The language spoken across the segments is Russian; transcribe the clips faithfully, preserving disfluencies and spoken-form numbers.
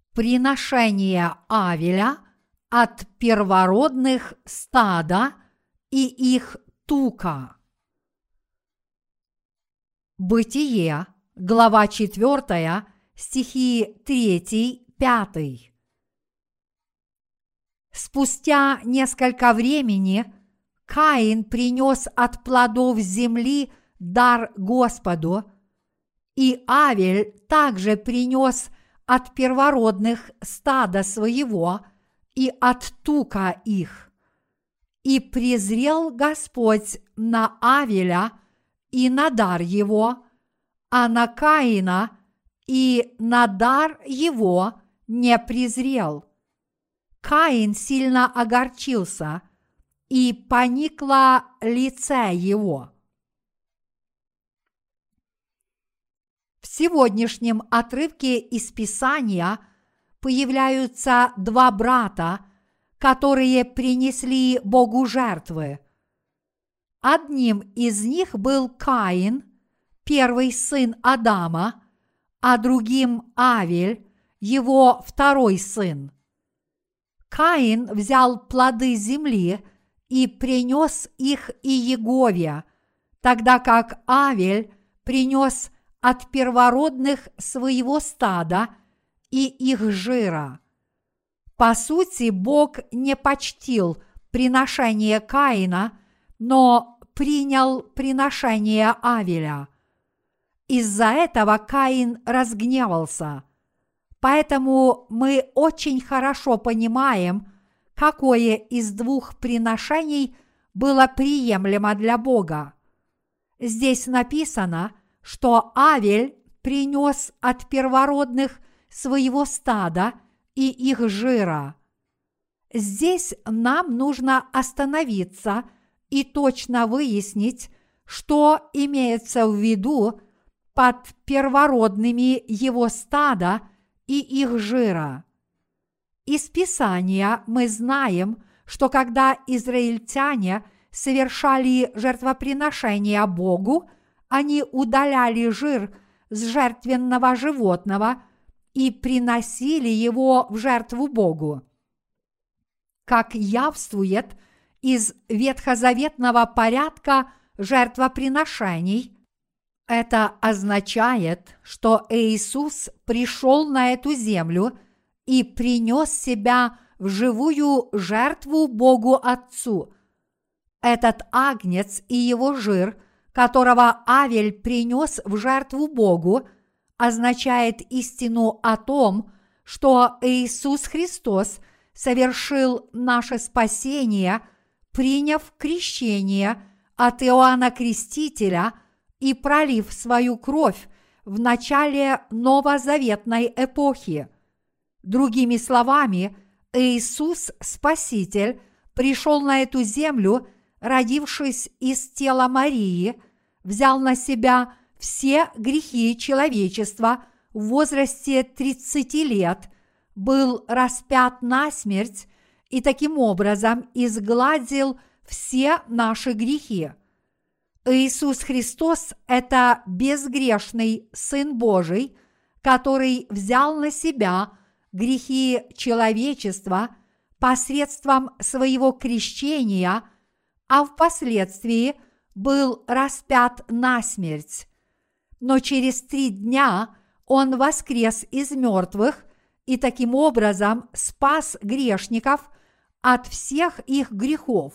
приношение Авеля от первородных стада и их тука. Бытие, глава четвертая, стихи три пять. Спустя несколько времени Каин принес от плодов земли дар Господу, и Авель также принес от первородных стада своего и от тука их. И презрел Господь на Авеля и на дар его, а на Каина и на дар его не презрел. Каин сильно огорчился, и поникло лице его. В сегодняшнем отрывке из Писания появляются два брата, которые принесли Богу жертвы. Одним из них был Каин, первый сын Адама, а другим Авель, его второй сын. Каин взял плоды земли и принес их Иегове, тогда как Авель принес от первородных своего стада и их жира. По сути, Бог не почтил приношение Каина, но принял приношение Авеля. Из-за этого Каин разгневался. Поэтому мы очень хорошо понимаем, какое из двух приношений было приемлемо для Бога. Здесь написано, что Авель принес от первородных своего стада и их жира. Здесь нам нужно остановиться и точно выяснить, что имеется в виду под первородными его стада и их жира. Из Писания мы знаем, что когда израильтяне совершали жертвоприношения Богу, они удаляли жир с жертвенного животного и приносили его в жертву Богу. Как явствует из ветхозаветного порядка жертвоприношений, это означает, что Иисус пришел на эту землю и принес себя в живую жертву Богу Отцу. Этот агнец и его жир, которого Авель принес в жертву Богу, означает истину о том, что Иисус Христос совершил наше спасение, приняв крещение от Иоанна Крестителя и пролив свою кровь в начале новозаветной эпохи. Другими словами, Иисус Спаситель пришел на эту землю, родившись из тела Марии, взял на себя все грехи человечества в возрасте тридцати лет, был распят насмерть и таким образом изгладил все наши грехи. Иисус Христос – это безгрешный Сын Божий, который взял на себя грехи человечества посредством своего крещения, а впоследствии был распят насмерть. Но через три дня Он воскрес из мертвых и таким образом спас грешников от всех их грехов.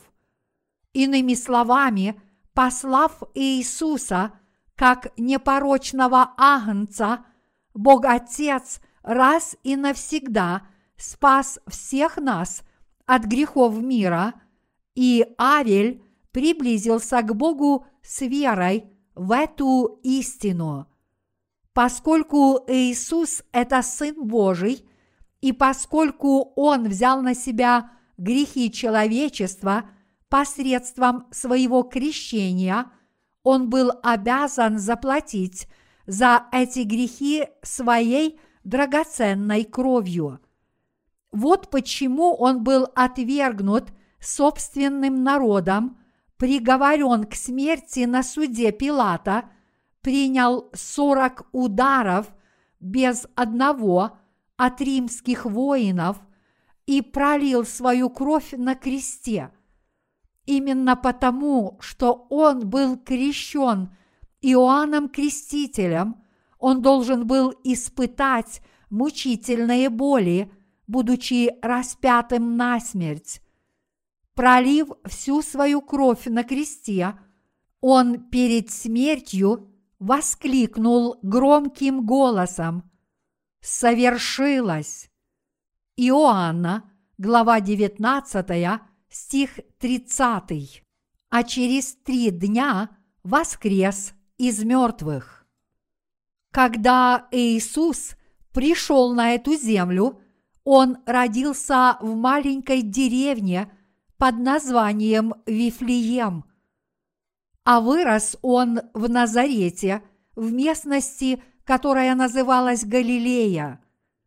Иными словами, послав Иисуса как непорочного агнца, Бог Отец раз и навсегда спас всех нас от грехов мира, и Авель приблизился к Богу с верой в эту истину. Поскольку Иисус – это Сын Божий, и поскольку Он взял на себя грехи человечества посредством своего крещения, Он был обязан заплатить за эти грехи своей драгоценной кровью. Вот почему Он был отвергнут собственным народом, приговорен к смерти на суде Пилата, принял сорок ударов без одного, от римских воинов и пролил свою кровь на кресте. Именно потому, что он был крещен Иоанном Крестителем, он должен был испытать мучительные боли, будучи распятым насмерть. Пролив всю свою кровь на кресте, он перед смертью воскликнул громким голосом: «Совершилось!» Иоанна, глава девятнадцатая, стих тридцатый. А через три дня воскрес из мертвых. Когда Иисус пришел на эту землю, он родился в маленькой деревне под названием Вифлеем, а вырос он в Назарете, в местности, которая называлась Галилея.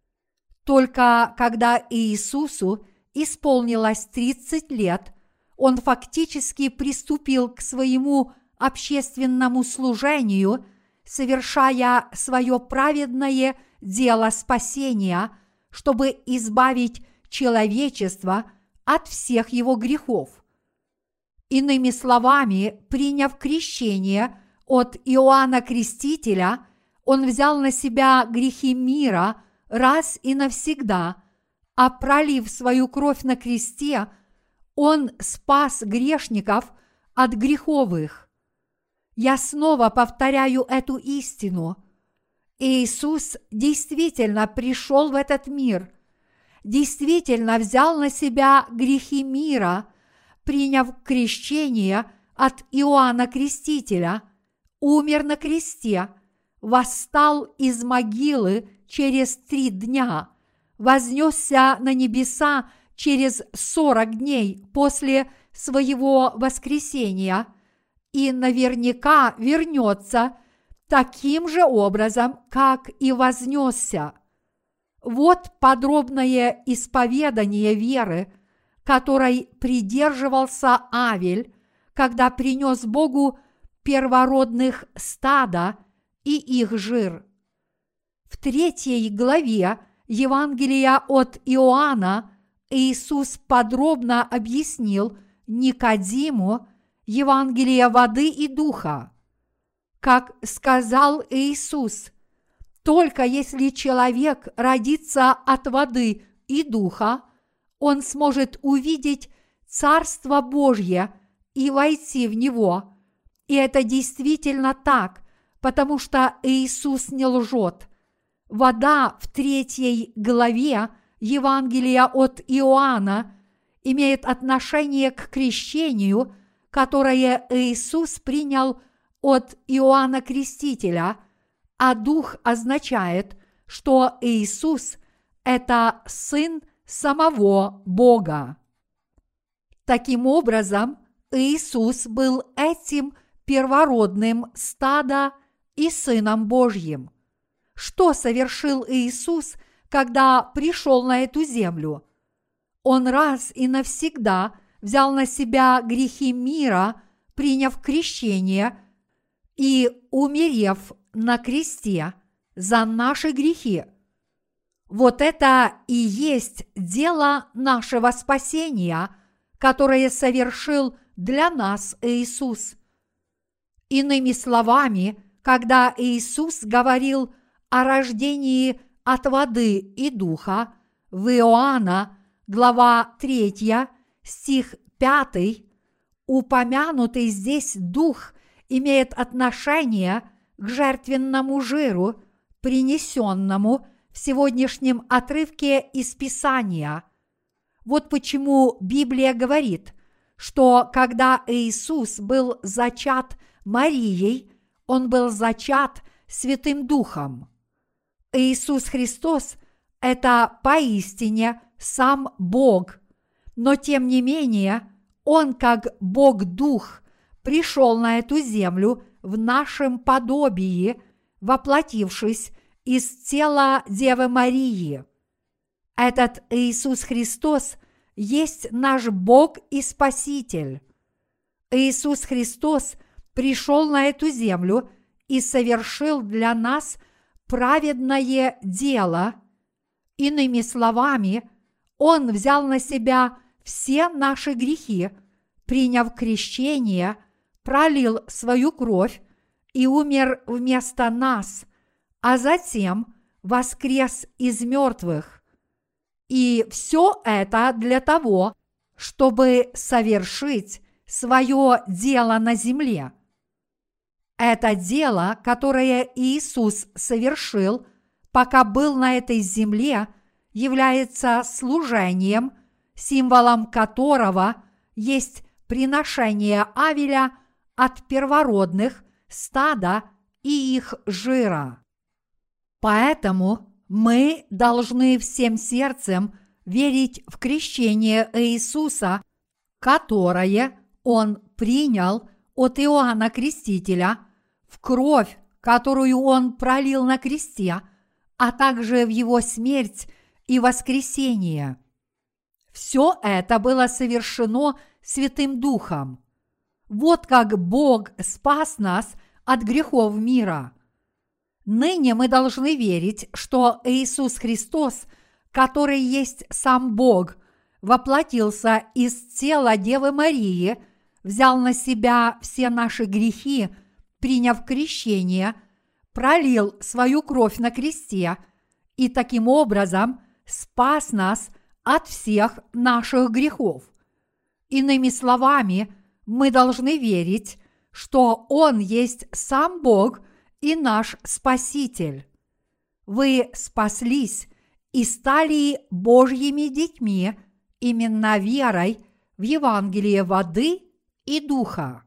Только когда Иисусу исполнилось тридцать лет, он фактически приступил к своему общественному служению, совершая свое праведное дело спасения, чтобы избавить человечество от всех его грехов. Иными словами, приняв крещение от Иоанна Крестителя, он взял на себя грехи мира раз и навсегда, а пролив свою кровь на кресте, он спас грешников от греховых. Я снова повторяю эту истину. Иисус действительно пришел в этот мир, действительно взял на себя грехи мира, приняв крещение от Иоанна Крестителя, умер на кресте, восстал из могилы через три дня, вознесся на небеса через сорок дней после своего воскресения и наверняка вернется таким же образом, как и вознесся. Вот подробное исповедание веры, которой придерживался Авель, когда принес Богу первородных стада и их жир. В третьей главе Евангелия от Иоанна Иисус подробно объяснил Никодиму Евангелие воды и духа. Как сказал Иисус, только если человек родится от воды и духа, он сможет увидеть Царство Божье и войти в него. И это действительно так, потому что Иисус не лжет. Вода в третьей главе Евангелия от Иоанна имеет отношение к крещению, которое Иисус принял от Иоанна Крестителя, а Дух означает, что Иисус – это Сын самого Бога. Таким образом, Иисус был этим первородным стада и Сыном Божьим. Что совершил Иисус, когда пришел на эту землю? Он раз и навсегда взял на себя грехи мира, приняв крещение и умерев на кресте за наши грехи. Вот это и есть дело нашего спасения, которое совершил для нас Иисус. Иными словами, когда Иисус говорил о рождении от воды и духа в Иоанна, глава третья, стих пятый, упомянутый здесь дух имеет отношение к жертвенному жиру, принесенному в сегодняшнем отрывке из Писания. Вот почему Библия говорит, что когда Иисус был зачат Марией, он был зачат Святым Духом. Иисус Христос – это поистине сам Бог, но тем не менее Он, как Бог-Дух, пришел на эту землю в нашем подобии, воплотившись из тела Девы Марии. Этот Иисус Христос есть наш Бог и Спаситель. Иисус Христос пришел на эту землю и совершил для нас праведное дело, Иными словами, Он взял на себя все наши грехи, приняв крещение, пролил свою кровь и умер вместо нас, а затем воскрес из мертвых. И все это для того, чтобы совершить свое дело на земле. Это дело, которое Иисус совершил, пока был на этой земле, является служением, символом которого есть приношение Авеля от первородных, стада и их жира. Поэтому мы должны всем сердцем верить в крещение Иисуса, которое Он принял от Иоанна Крестителя, в кровь, которую Он пролил на кресте, а также в Его смерть и воскресение. Все это было совершено Святым Духом. Вот как Бог спас нас от грехов мира. Ныне мы должны верить, что Иисус Христос, который есть сам Бог, воплотился из тела Девы Марии, взял на себя все наши грехи, приняв крещение, пролил свою кровь на кресте и таким образом спас нас от всех наших грехов. Иными словами, мы должны верить, что Он есть сам Бог и наш Спаситель. Вы спаслись и стали Божьими детьми именно верой в Евангелие воды и духа.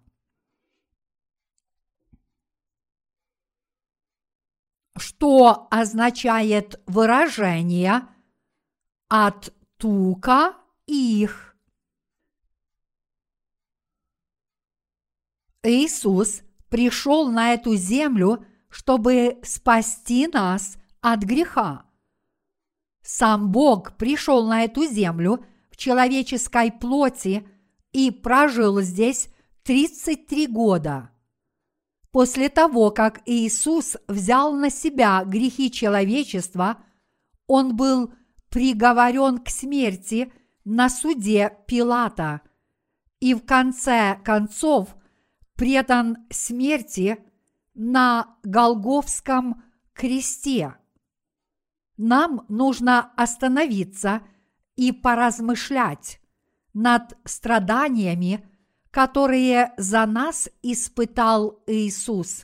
Что означает выражение «от тука их»? Иисус пришел на эту землю, чтобы спасти нас от греха. Сам Бог пришел на эту землю в человеческой плоти и прожил здесь тридцать три года. После того, как Иисус взял на себя грехи человечества, Он был приговорен к смерти на суде Пилата и в конце концов предан смерти на Голгофском кресте. Нам нужно остановиться и поразмышлять над страданиями, которые за нас испытал Иисус.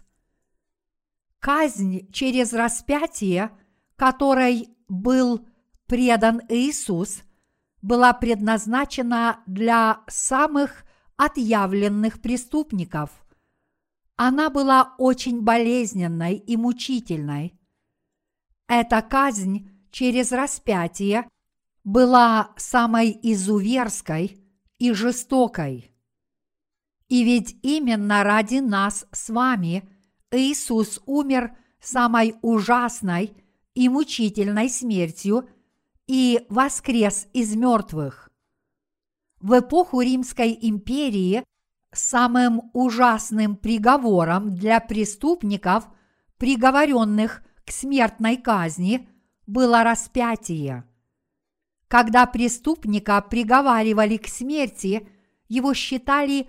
Казнь через распятие, которой был предан Иисус, была предназначена для самых отъявленных преступников. Она была очень болезненной и мучительной. Эта казнь через распятие была самой изуверской и жестокой. И ведь именно ради нас с вами Иисус умер самой ужасной и мучительной смертью и воскрес из мертвых. В эпоху Римской империи самым ужасным приговором для преступников, приговоренных к смертной казни, было распятие. Когда преступника приговаривали к смерти, его считали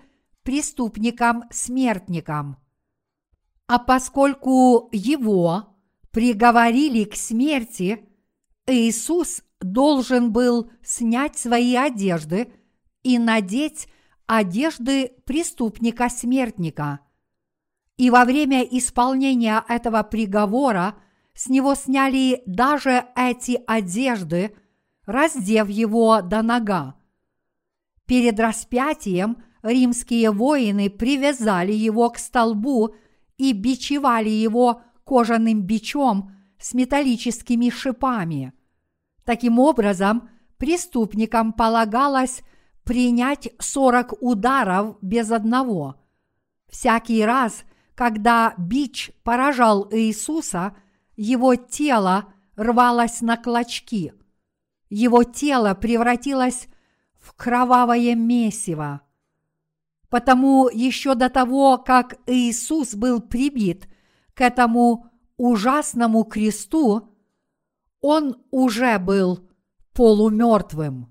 преступником-смертником. А поскольку его приговорили к смерти, Иисус должен был снять свои одежды и надеть одежды преступника-смертника. И во время исполнения этого приговора с него сняли даже эти одежды, раздев его до нога. Перед распятием римские воины привязали его к столбу и бичевали его кожаным бичом с металлическими шипами. Таким образом, преступникам полагалось принять сорок ударов без одного. Всякий раз, когда бич поражал Иисуса, его тело рвалось на клочки. Его тело превратилось в кровавое месиво. Потому еще до того, как Иисус был прибит к этому ужасному кресту, Он уже был полумертвым.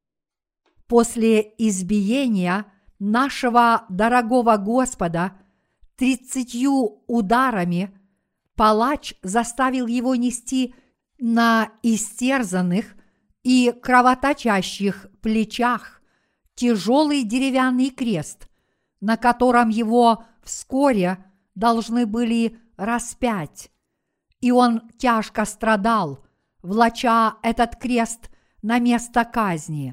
После избиения нашего дорогого Господа тридцатью ударами палач заставил его нести на истерзанных и кровоточащих плечах тяжелый деревянный крест, на котором его вскоре должны были распять. И он тяжко страдал, влача этот крест на место казни.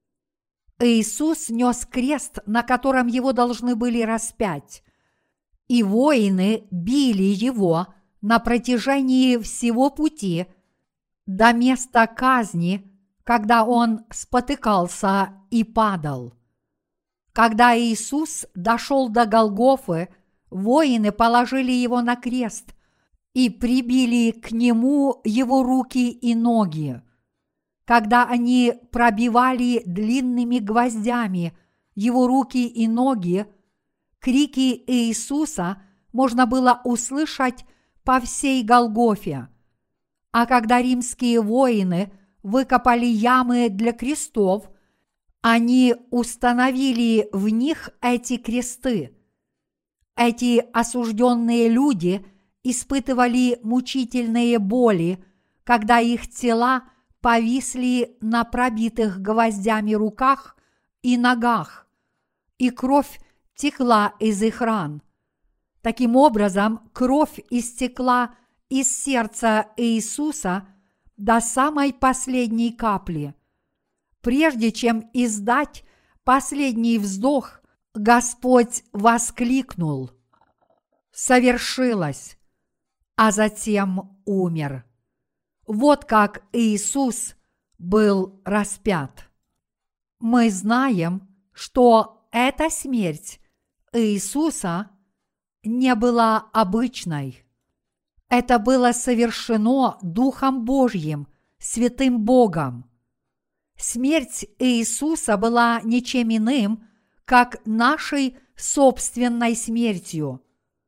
Иисус нес крест, на котором его должны были распять, и воины били его на протяжении всего пути до места казни, когда он спотыкался и падал. Когда Иисус дошел до Голгофы, воины положили его на крест и прибили к нему его руки и ноги. Когда они пробивали длинными гвоздями его руки и ноги, крики Иисуса можно было услышать по всей Голгофе. А когда римские воины выкопали ямы для крестов, они установили в них эти кресты. Эти осужденные люди испытывали мучительные боли, когда их тела повисли на пробитых гвоздями руках и ногах, и кровь текла из их ран. Таким образом, кровь истекла из сердца Иисуса до самой последней капли. Прежде чем издать последний вздох, Господь воскликнул: «Совершилось!» а затем умер. Вот как Иисус был распят. Мы знаем, что эта смерть Иисуса не была обычной. Это было совершено Духом Божьим, Святым Богом. Смерть Иисуса была ничем иным, как нашей собственной смертью.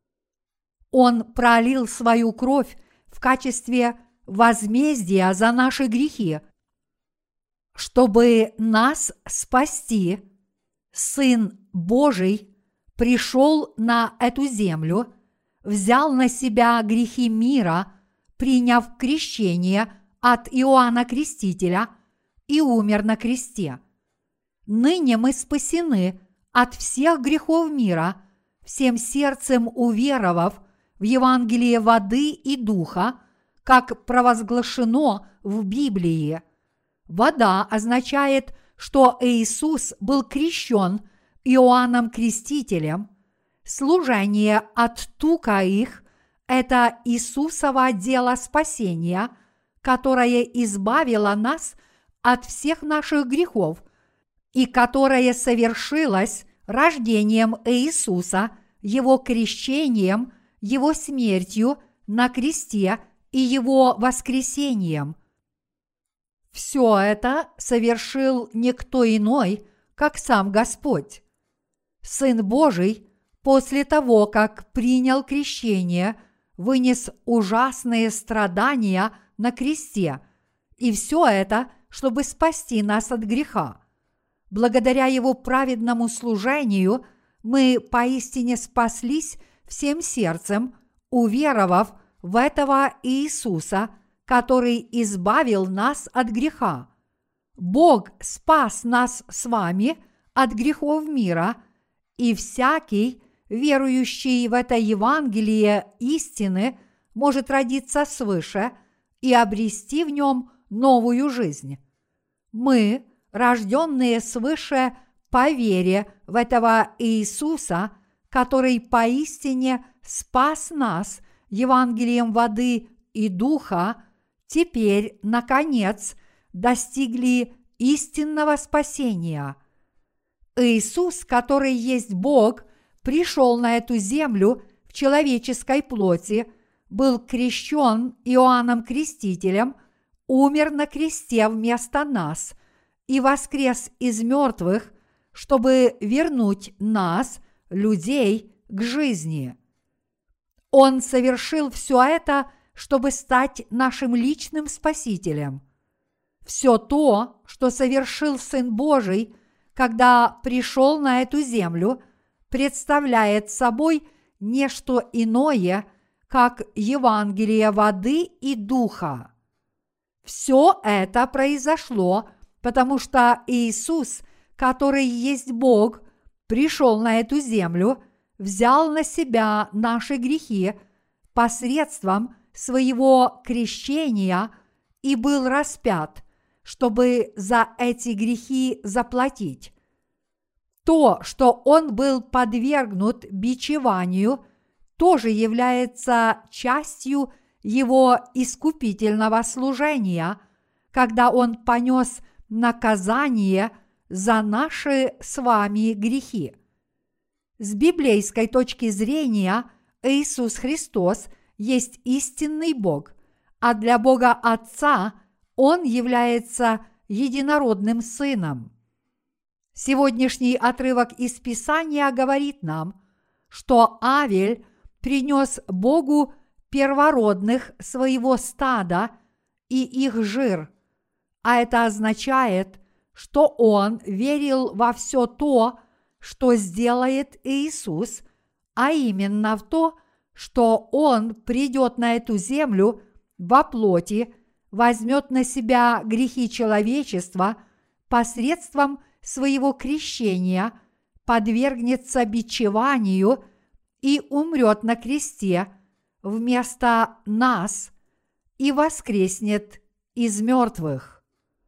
Он пролил свою кровь в качестве возмездия за наши грехи. Чтобы нас спасти, Сын Божий пришел на эту землю, взял на себя грехи мира, приняв крещение от Иоанна Крестителя и умер на кресте. Ныне мы спасены от всех грехов мира, всем сердцем уверовав в Евангелие воды и духа, как провозглашено в Библии. Вода означает, что Иисус был крещен Иоанном Крестителем. Служение от тука их – это Иисусово дело спасения, которое избавило нас от всех наших грехов и которое совершилось рождением Иисуса, Его крещением, Его смертью на кресте и Его воскресением. Все это совершил никто иной, как сам Господь. Сын Божий после того, как принял крещение, вынес ужасные страдания на кресте, и все это, чтобы спасти нас от греха. Благодаря Его праведному служению мы поистине спаслись всем сердцем, уверовав в этого Иисуса, который избавил нас от греха. Бог спас нас с вами от грехов мира, и всякий, верующий в это Евангелие истины, может родиться свыше и обрести в нем новую жизнь. Мы, рожденные свыше по вере в этого Иисуса, который поистине спас нас Евангелием воды и духа, теперь, наконец, достигли истинного спасения. Иисус, который есть Бог, пришел на эту землю в человеческой плоти, был крещен Иоанном Крестителем, умер на кресте вместо нас и воскрес из мертвых, чтобы вернуть нас, людей, к жизни. Он совершил все это чтобы стать нашим личным Спасителем. Все то, что совершил Сын Божий, когда пришел на эту землю, представляет собой не что иное, как Евангелие воды и духа. Все это произошло, потому что Иисус, который есть Бог, пришел на эту землю, взял на себя наши грехи посредством своего крещения и был распят, чтобы за эти грехи заплатить. То, что Он был подвергнут бичеванию, тоже является частью Его искупительного служения, когда Он понес наказание за наши с вами грехи. С библейской точки зрения Иисус Христос есть истинный Бог, а для Бога Отца Он является единородным Сыном. Сегодняшний отрывок из Писания говорит нам, что Авель принес Богу первородных своего стада и их жир, а это означает, что он верил во все то, что сделает Иисус, а именно в то, что Он придет на эту землю во плоти, возьмет на себя грехи человечества посредством своего крещения, подвергнется бичеванию и умрет на кресте вместо нас и воскреснет из мертвых.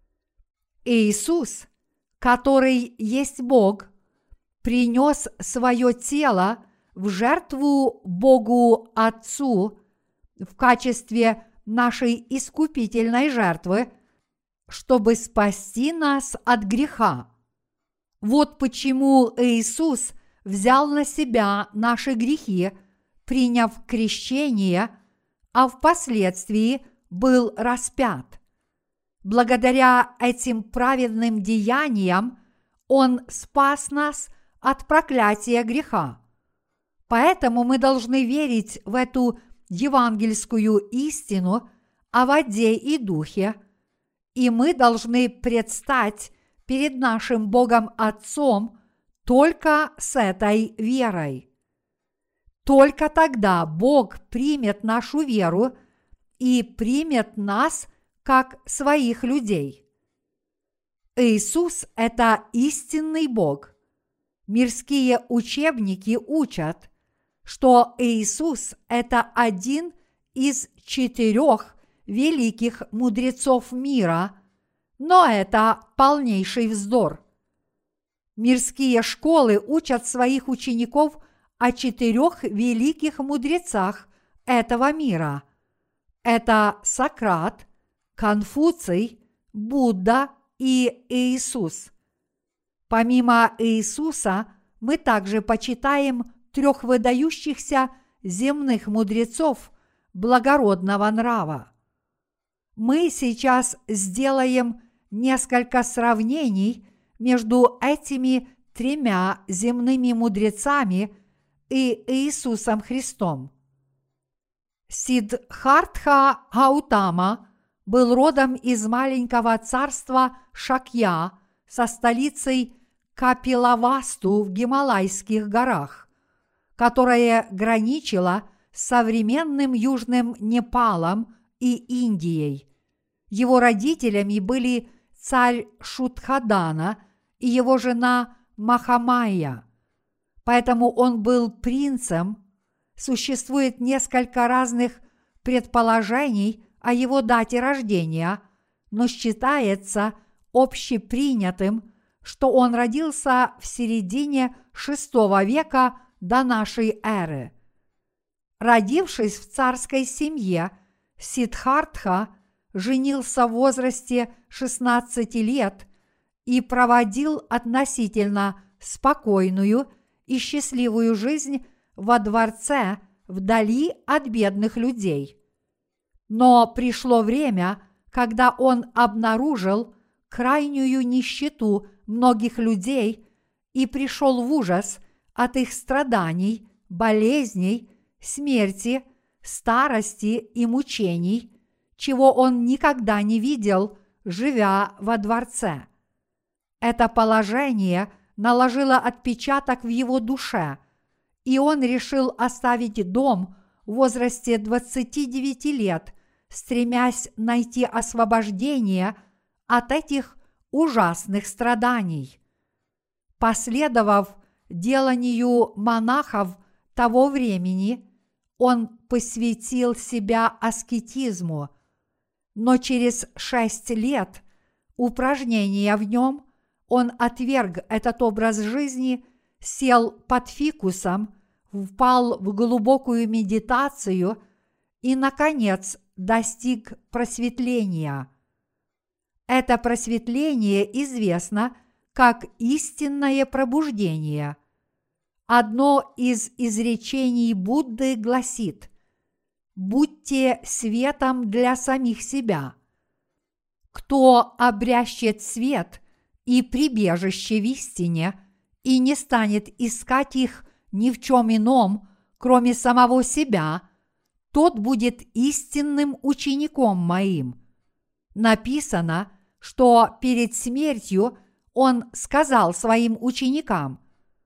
Иисус, который есть Бог, принес свое тело в жертву Богу Отцу в качестве нашей искупительной жертвы, чтобы спасти нас от греха. Вот почему Иисус взял на себя наши грехи, приняв крещение, а впоследствии был распят. Благодаря этим праведным деяниям Он спас нас от проклятия греха. Поэтому мы должны верить в эту евангельскую истину о воде и духе, и мы должны предстать перед нашим Богом Отцом только с этой верой. Только тогда Бог примет нашу веру и примет нас как своих людей. Иисус – это истинный Бог. Мирские учебники учат, что Иисус – это один из четырех великих мудрецов мира, но это полнейший вздор. Мирские школы учат своих учеников о четырех великих мудрецах этого мира. Это Сократ, Конфуций, Будда и Иисус. Помимо Иисуса, мы также почитаем трех выдающихся земных мудрецов благородного нрава. Мы сейчас сделаем несколько сравнений между этими тремя земными мудрецами и Иисусом Христом. Сиддхартха Гаутама был родом из маленького царства Шакья со столицей Капилавасту в Гималайских горах, которое граничило с современным Южным Непалом и Индией. Его родителями были царь Шудхадана и его жена Махамайя, поэтому он был принцем. Существует несколько разных предположений о его дате рождения, но считается общепринятым, что он родился в середине шестого века до нашей эры. Родившись в царской семье, Сиддхартха женился в возрасте шестнадцати лет и проводил относительно спокойную и счастливую жизнь во дворце вдали от бедных людей. Но пришло время, когда он обнаружил крайнюю нищету многих людей и пришел в ужас от их страданий, болезней, смерти, старости и мучений, чего он никогда не видел, живя во дворце. Это положение наложило отпечаток в его душе, и он решил оставить дом в возрасте двадцати девяти лет, стремясь найти освобождение от этих ужасных страданий. Последовав деланию монахов того времени, он посвятил себя аскетизму, но через шесть лет упражнения в нем он отверг этот образ жизни, сел под фикусом, впал в глубокую медитацию и, наконец, достиг просветления. Это просветление известно как истинное пробуждение. Одно из изречений Будды гласит: «Будьте светом для самих себя». Кто обрящет свет и прибежище в истине и не станет искать их ни в чем ином, кроме самого себя, тот будет истинным учеником моим. Написано, что перед смертью он сказал своим ученикам: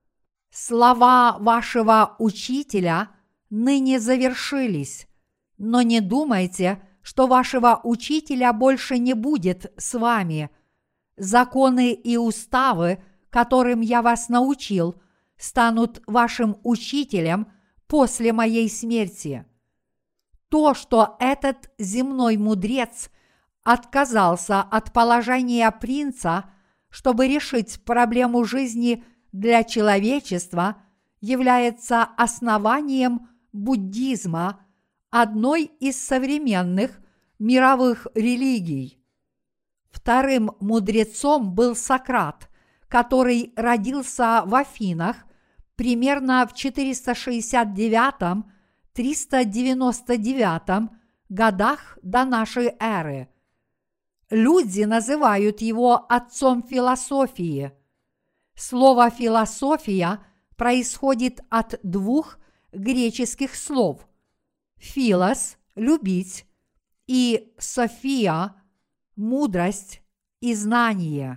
«Слова вашего учителя ныне завершились, но не думайте, что вашего учителя больше не будет с вами. Законы и уставы, которым я вас научил, станут вашим учителем после моей смерти». То, что этот земной мудрец отказался от положения принца, чтобы решить проблему жизни для человечества, является основанием буддизма, одной из современных мировых религий. Вторым мудрецом был Сократ, который родился в Афинах примерно в четыреста шестьдесят девятом - триста девяносто девятом годах до нашей эры. Люди называют его отцом философии. Слово «философия» происходит от двух греческих слов «филос» – «любить» и «софия» – «мудрость» и «знание».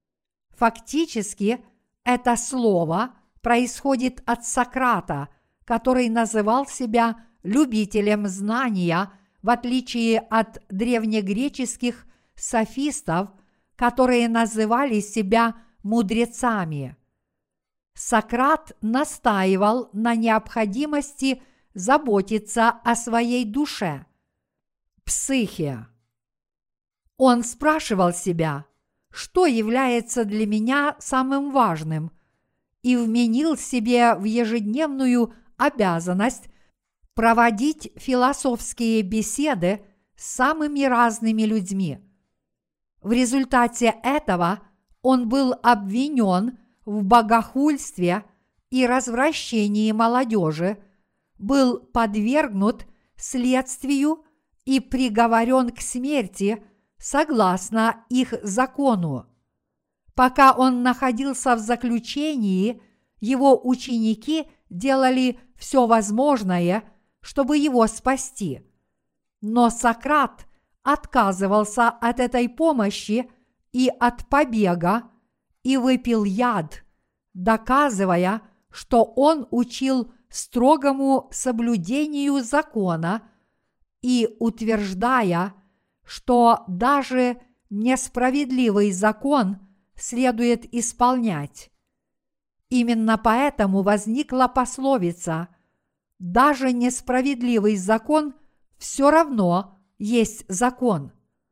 Фактически, это слово происходит от Сократа, который называл себя любителем знания, в отличие от древнегреческих софистов, которые называли себя мудрецами. Сократ настаивал на необходимости заботиться о своей душе, психе. Он спрашивал себя, что является для меня самым важным, и вменил себе в ежедневную обязанность проводить философские беседы с самыми разными людьми. В результате этого он был обвинен в богохульстве и развращении молодежи, был подвергнут следствию и приговорен к смерти согласно их закону. Пока он находился в заключении, его ученики делали все возможное, чтобы его спасти. Но Сократ отказывался от этой помощи и от побега и выпил яд, доказывая, что он учил строгому соблюдению закона и утверждая, что даже несправедливый закон следует исполнять. Именно поэтому возникла пословица: «Даже несправедливый закон все равно есть закон».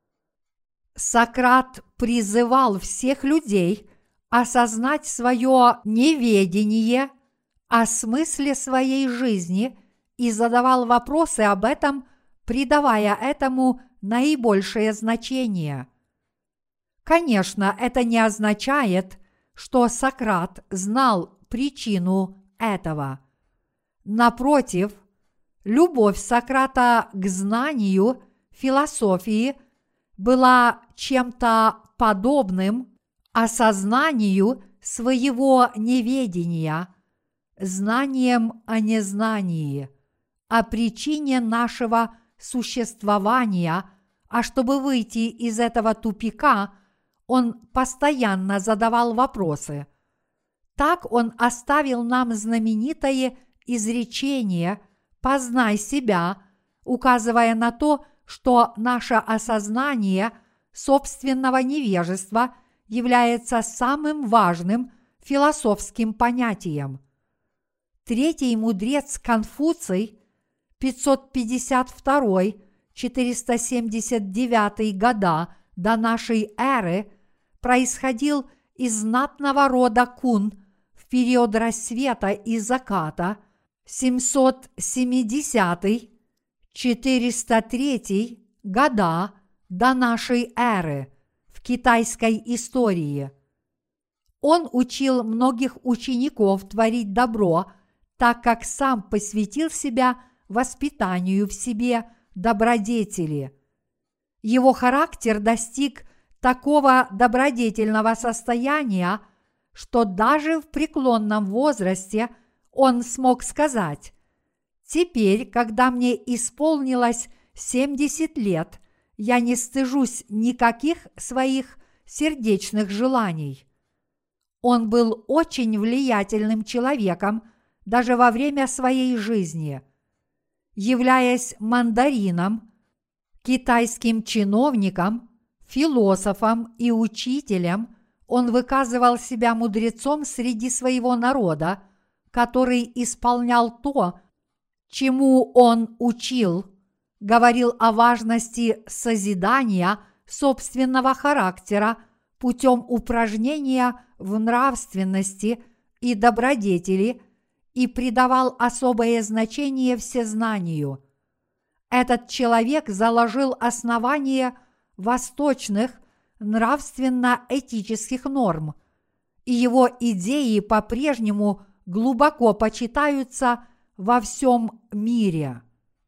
Сократ призывал всех людей осознать свое неведение о смысле своей жизни и задавал вопросы об этом, придавая этому наибольшее значение. Конечно, это не означает, что Сократ знал причину этого. Напротив, любовь Сократа к знанию, философии была чем-то подобным осознанию своего неведения, знанием о незнании, о причине нашего существования, а чтобы выйти из этого тупика, он постоянно задавал вопросы. Так он оставил нам знаменитое изречение «познай себя», указывая на то, что наше осознание собственного невежества является самым важным философским понятием. Третий мудрец Конфуций пятьсот пятьдесят второй - четыреста семьдесят девятый года до нашей эры происходил из знатного рода Кун в период рассвета и заката семьсот семидесятый - четыреста третий года до нашей эры в китайской истории. Он учил многих учеников творить добро, так как сам посвятил себя воспитанию в себе добродетели. Его характер достиг такого добродетельного состояния, что даже в преклонном возрасте он смог сказать: «Теперь, когда мне исполнилось семьдесят лет, я не стыжусь никаких своих сердечных желаний». Он был очень влиятельным человеком даже во время своей жизни. Являясь мандарином, китайским чиновником, философом и учителем, он выказывал себя мудрецом среди своего народа, который исполнял то, чему он учил, говорил о важности созидания собственного характера путем упражнения в нравственности и добродетели и придавал особое значение всезнанию. Этот человек заложил основание восточных нравственно-этических норм, и его идеи по-прежнему глубоко почитаются во всем мире.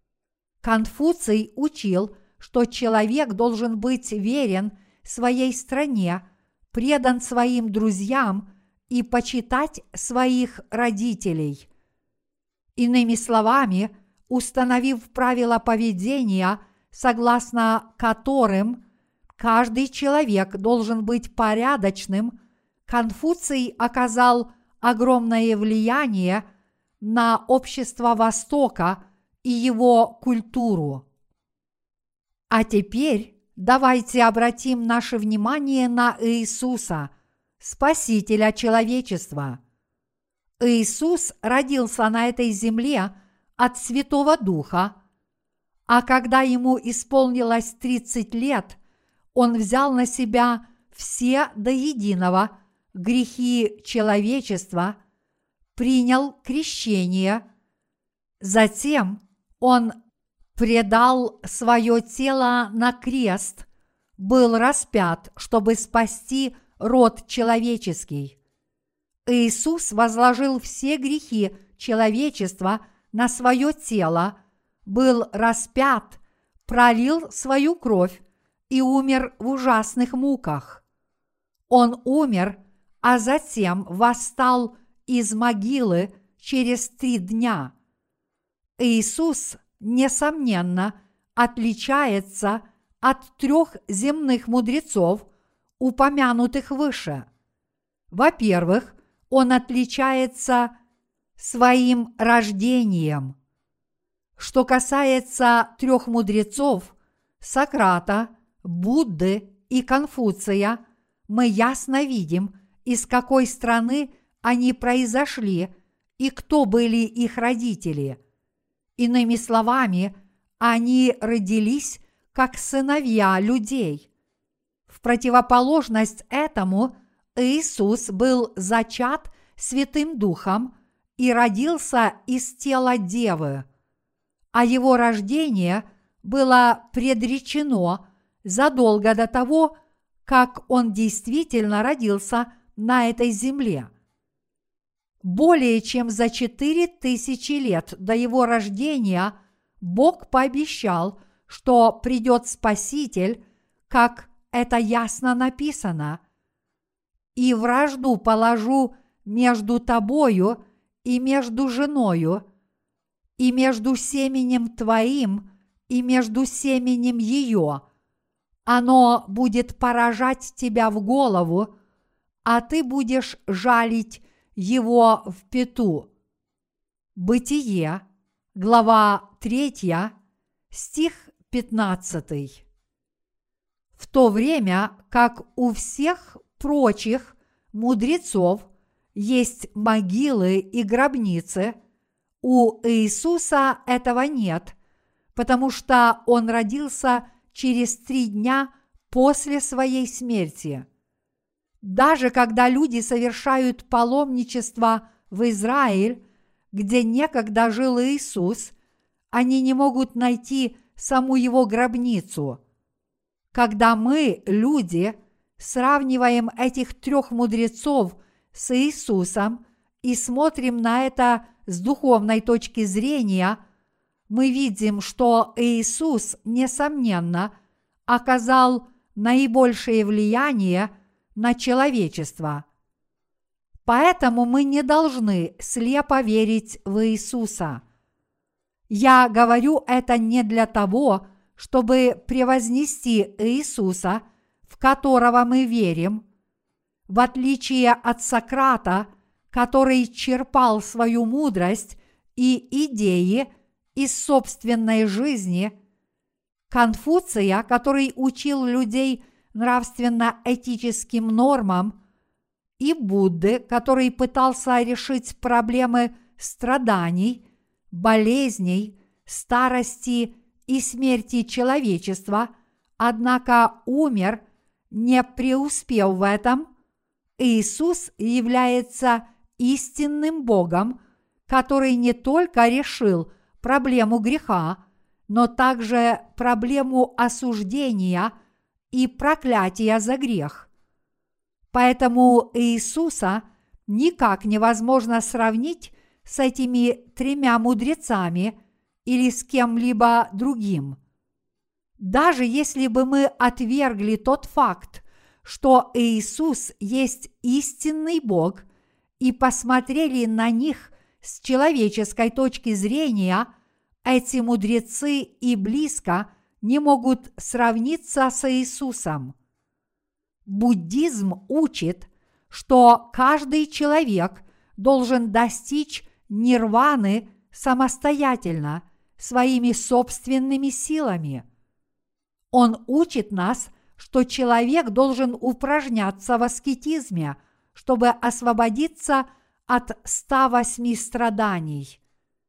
Конфуций учил, что человек должен быть верен своей стране, предан своим друзьям и почитать своих родителей. Иными словами, установив правила поведения, согласно которым каждый человек должен быть порядочным, Конфуций оказал огромное влияние на общество Востока и его культуру. А теперь давайте обратим наше внимание на Иисуса, Спасителя человечества. Иисус родился на этой земле от Святого Духа, а когда ему исполнилось тридцать лет, он взял на себя все до единого грехи человечества, принял крещение, затем он предал свое тело на крест, был распят, чтобы спасти род человеческий. Иисус возложил все грехи человечества на свое тело, был распят, пролил свою кровь и умер в ужасных муках. Он умер, а затем восстал из могилы через три дня. Иисус, несомненно, отличается от трех земных мудрецов, упомянутых выше. Во-первых, он отличается своим рождением. Что касается трех мудрецов – Сократа, Будды и Конфуция, мы ясно видим, из какой страны они произошли и кто были их родители. Иными словами, они родились как сыновья людей. В противоположность этому Иисус был зачат Святым Духом и родился из тела девы, а его рождение было предречено задолго до того, как он действительно родился на этой земле. Более чем за четыре тысячи лет до его рождения Бог пообещал, что придет Спаситель, как это ясно написано: «И вражду положу между тобою и между женою, и между семенем твоим и между семенем ее. Оно будет поражать тебя в голову, а ты будешь жалить его в пяту». Бытие, глава третья, стих пятнадцатый. В то время, как у всех прочих мудрецов есть могилы и гробницы, у Иисуса этого нет, потому что Он родился через три дня после своей смерти. Даже когда люди совершают паломничество в Израиль, где некогда жил Иисус, они не могут найти саму его гробницу. Когда мы, люди, сравниваем этих трех мудрецов с Иисусом и смотрим на это с духовной точки зрения, мы видим, что Иисус, несомненно, оказал наибольшее влияние на человечество. Поэтому мы не должны слепо верить в Иисуса. Я говорю это не для того, чтобы превознести Иисуса, в которого мы верим. В отличие от Сократа, который черпал свою мудрость и идеи из собственной жизни, Конфуция, который учил людей нравственно-этическим нормам, и Будды, который пытался решить проблемы страданий, болезней, старости и смерти человечества, однако умер, не преуспев в этом, Иисус является истинным Богом, который не только решил проблему греха, но также проблему осуждения и проклятия за грех. Поэтому Иисуса никак невозможно сравнить с этими тремя мудрецами или с кем-либо другим. Даже если бы мы отвергли тот факт, что Иисус есть истинный Бог, и посмотрели на них с человеческой точки зрения, эти мудрецы и близко не могут сравниться с Иисусом. Буддизм учит, что каждый человек должен достичь нирваны самостоятельно, своими собственными силами. Он учит нас, что человек должен упражняться в аскетизме, чтобы освободиться от ста восьми страданий.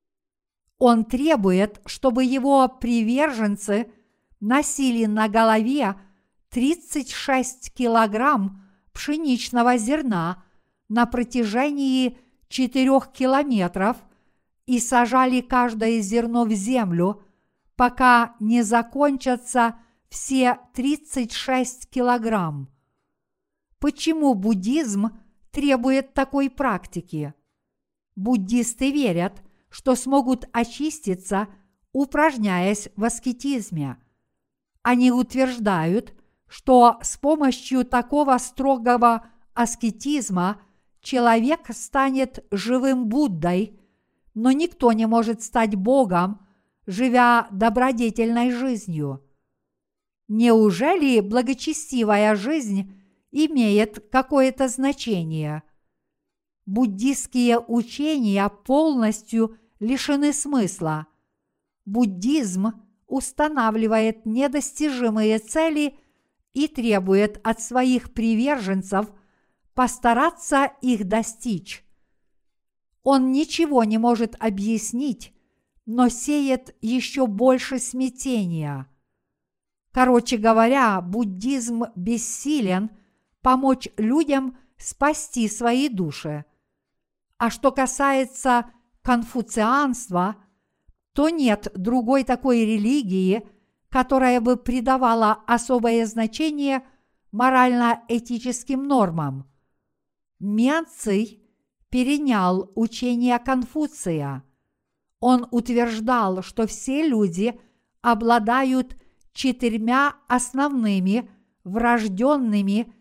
Он требует, чтобы его приверженцы носили на голове тридцать шесть килограмм пшеничного зерна на протяжении четырех километров и сажали каждое зерно в землю, пока не закончатся все тридцать шесть килограмм. Почему буддизм требует такой практики? Буддисты верят, что смогут очиститься, упражняясь в аскетизме. Они утверждают, что с помощью такого строгого аскетизма человек станет живым Буддой, но никто не может стать Богом, живя добродетельной жизнью. Неужели благочестивая жизнь имеет какое-то значение? Буддистские учения полностью лишены смысла. Буддизм устанавливает недостижимые цели и требует от своих приверженцев постараться их достичь. Он ничего не может объяснить, но сеет еще больше смятения. Короче говоря, буддизм бессилен помочь людям спасти свои души. А что касается конфуцианства, то нет другой такой религии, которая бы придавала особое значение морально-этическим нормам. Менций перенял учение Конфуция. Он утверждал, что все люди обладают четырьмя основными врожденными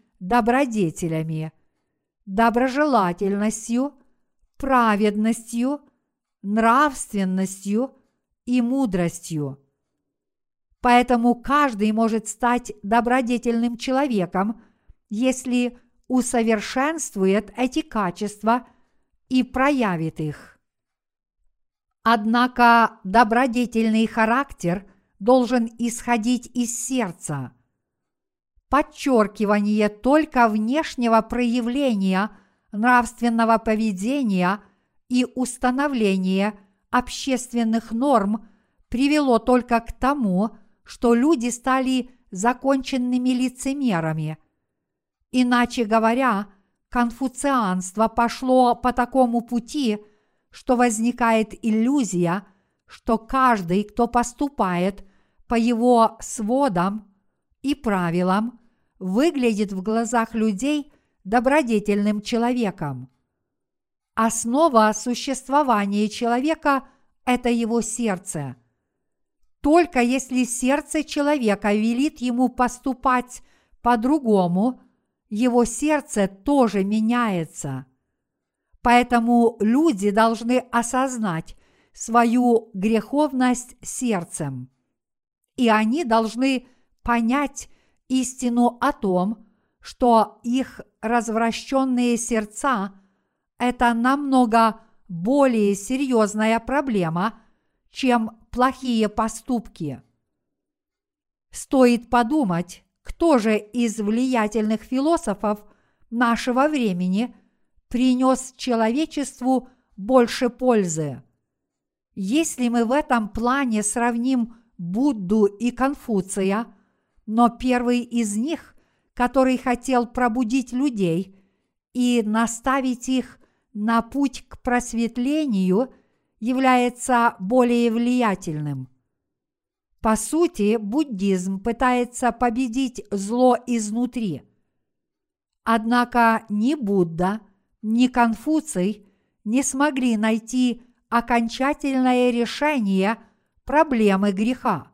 добродетелями – доброжелательностью, праведностью, нравственностью и мудростью. Поэтому каждый может стать добродетельным человеком, если усовершенствует эти качества и проявит их. Однако добродетельный характер должен исходить из сердца. Подчеркивание только внешнего проявления нравственного поведения и установление общественных норм привело только к тому, что люди стали законченными лицемерами. Иначе говоря, конфуцианство пошло по такому пути, что возникает иллюзия, что каждый, кто поступает по его сводам и правилам, выглядит в глазах людей добродетельным человеком. Основа существования человека – это его сердце. Только если сердце человека велит ему поступать по-другому, его сердце тоже меняется. Поэтому люди должны осознать свою греховность сердцем. И они должны понять истину о том, что их развращенные сердца – это намного более серьезная проблема, чем плохие поступки. Стоит подумать, кто же из влиятельных философов нашего времени принес человечеству больше пользы. Если мы в этом плане сравним Будду и Конфуция, но первый из них, который хотел пробудить людей и наставить их на путь к просветлению, является более влиятельным. По сути, буддизм пытается победить зло изнутри. Однако ни Будда, ни Конфуций не смогли найти окончательное решение проблемы греха.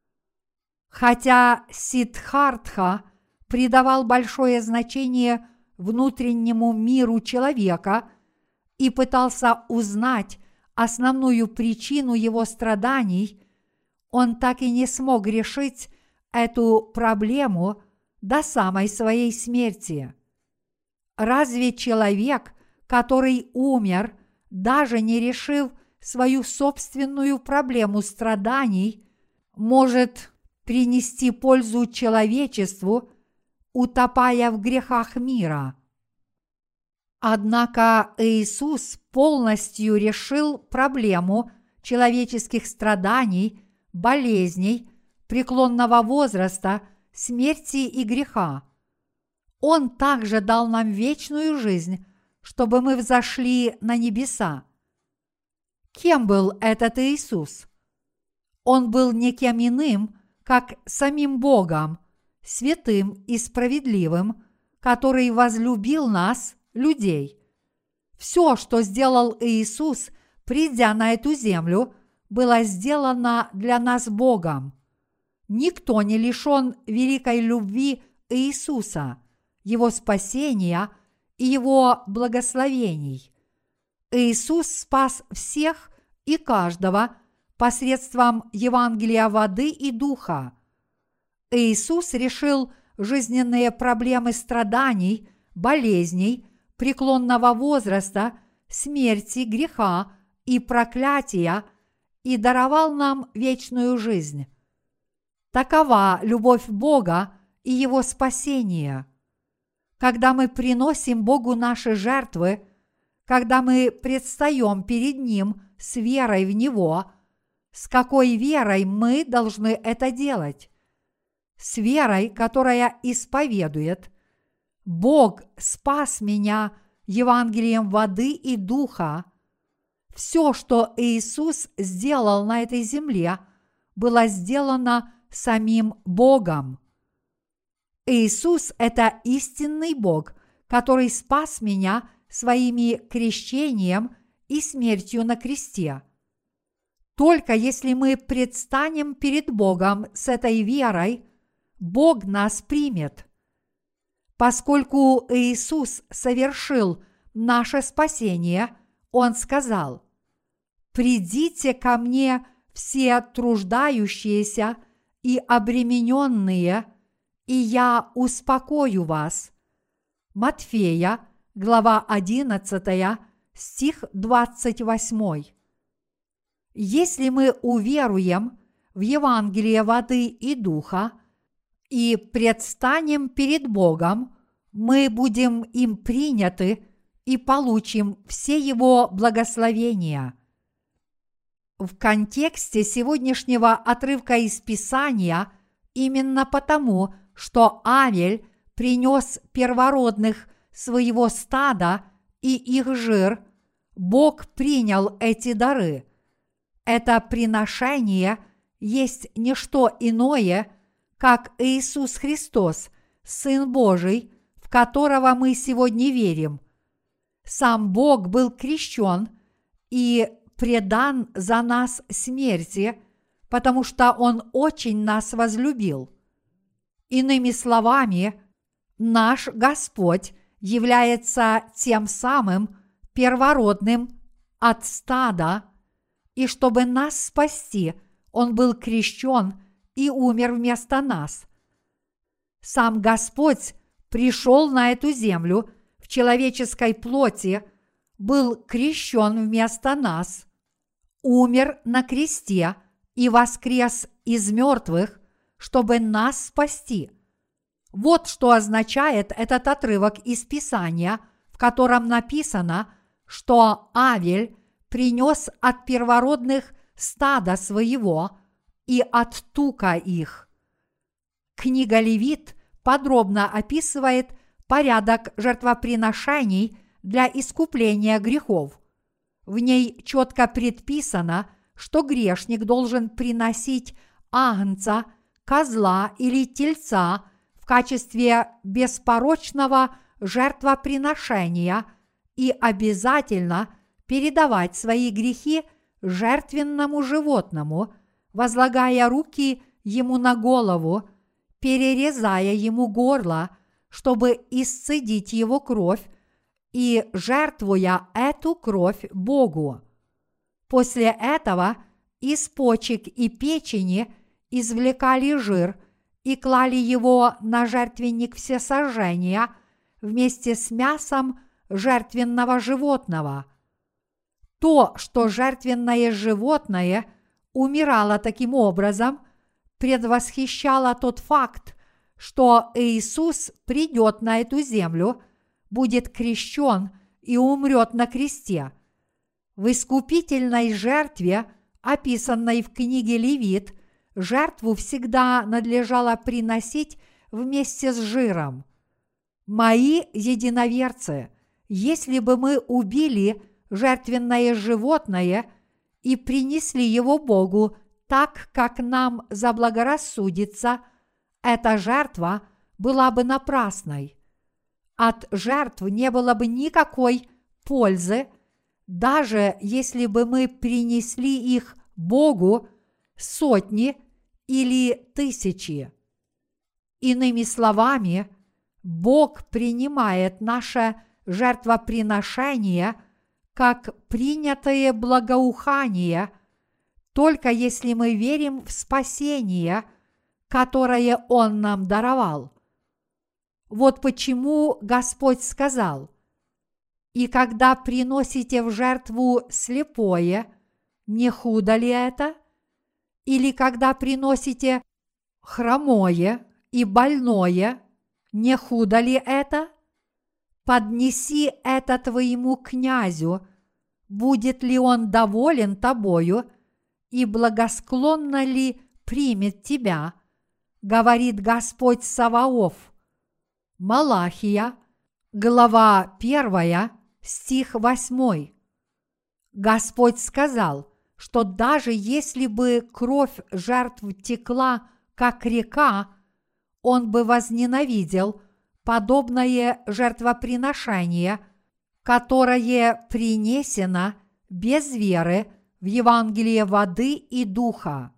Хотя Сиддхартха придавал большое значение внутреннему миру человека и пытался узнать основную причину его страданий, он так и не смог решить эту проблему до самой своей смерти. Разве человек, который умер, даже не решив свою собственную проблему страданий, может принести пользу человечеству, утопая в грехах мира? Однако Иисус полностью решил проблему человеческих страданий, болезней, преклонного возраста, смерти и греха. Он также дал нам вечную жизнь, чтобы мы взошли на небеса. Кем был этот Иисус? Он был никем иным, как самим Богом, святым и справедливым, который возлюбил нас, людей. Все, что сделал Иисус, придя на эту землю, было сделано для нас Богом. Никто не лишен великой любви Иисуса, Его спасения и Его благословений. Иисус спас всех и каждого посредством Евангелия воды и духа. Иисус решил жизненные проблемы страданий, болезней, преклонного возраста, смерти, греха и проклятия и даровал нам вечную жизнь. Такова любовь Бога и Его спасение. Когда мы приносим Богу наши жертвы, когда мы предстаем перед Ним с верой в Него, с какой верой мы должны это делать? С верой, которая исповедует: Бог спас меня Евангелием воды и духа. Все, что Иисус сделал на этой земле, было сделано самим Богом. Иисус – это истинный Бог, который спас меня своими крещением и смертью на кресте. Только если мы предстанем перед Богом с этой верой, Бог нас примет. Поскольку Иисус совершил наше спасение, Он сказал: «Придите ко мне все труждающиеся и обремененные, и я успокою вас». Матфея, глава одиннадцатая, стих двадцать восемь. Если мы уверуем в Евангелие воды и духа и предстанем перед Богом, мы будем им приняты и получим все Его благословения. В контексте сегодняшнего отрывка из Писания именно потому, что Авель принес первородных своего стада и их жир, Бог принял эти дары. Это приношение есть не что иное, как Иисус Христос, Сын Божий, в которого мы сегодня верим. Сам Бог был крещен и предан за нас смерти, потому что Он очень нас возлюбил. Иными словами, наш Господь является тем самым первородным от стада, и чтобы нас спасти, Он был крещен и умер вместо нас. Сам Господь пришел на эту землю в человеческой плоти, был крещен вместо нас, умер на кресте и воскрес из мертвых, чтобы нас спасти. Вот что означает этот отрывок из Писания, в котором написано, что Авель принес от первородных стада своего и от тука их. Книга Левит подробно описывает порядок жертвоприношений для искупления грехов. В ней четко предписано, что грешник должен приносить агнца, козла или тельца в качестве беспорочного жертвоприношения и обязательно передавать свои грехи жертвенному животному, возлагая руки ему на голову, перерезая ему горло, чтобы исцедить его кровь, и жертвуя эту кровь Богу. После этого из почек и печени извлекали жир и клали его на жертвенник всесожжения вместе с мясом жертвенного животного. То, что жертвенное животное умирало таким образом, предвосхищало тот факт, что Иисус придет на эту землю, будет крещен и умрет на кресте. В искупительной жертве, описанной в книге Левит, жертву всегда надлежало приносить вместе с жиром. Мои единоверцы, если бы мы убили жертвенное животное и принесли его Богу так, как нам заблагорассудится, эта жертва была бы напрасной. От жертв не было бы никакой пользы, даже если бы мы принесли их Богу сотни или тысячи. Иными словами, Бог принимает наше жертвоприношение как принятое благоухание, только если мы верим в спасение, которое Он нам даровал. Вот почему Господь сказал: «И когда приносите в жертву слепое, не худо ли это? Или когда приносите хромое и больное, не худо ли это? Поднеси это твоему князю, будет ли он доволен тобою и благосклонно ли примет тебя, говорит Господь Саваоф». Малахия, глава первая, стих восьмой. Господь сказал, что даже если бы кровь жертв текла, как река, Он бы возненавидел подобное жертвоприношение, которое принесено без веры в Евангелие воды и духа.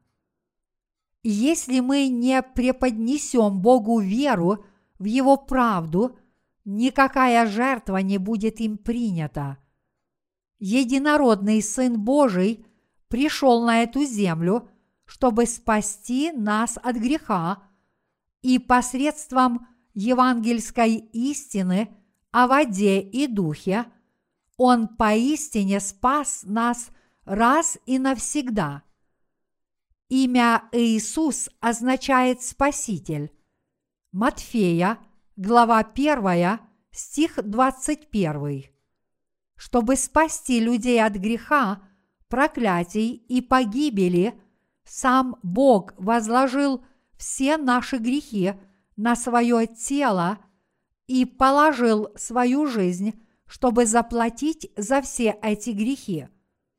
Если мы не преподнесем Богу веру в Его правду, никакая жертва не будет им принята. Единородный Сын Божий пришел на эту землю, чтобы спасти нас от греха, и посредством евангельской истины о воде и духе Он поистине спас нас раз и навсегда. Имя Иисус означает Спаситель. Матфея, глава первая, стих двадцать первый. Чтобы спасти людей от греха, проклятий и погибели, сам Бог возложил все наши грехи на свое тело и положил свою жизнь, чтобы заплатить за все эти грехи.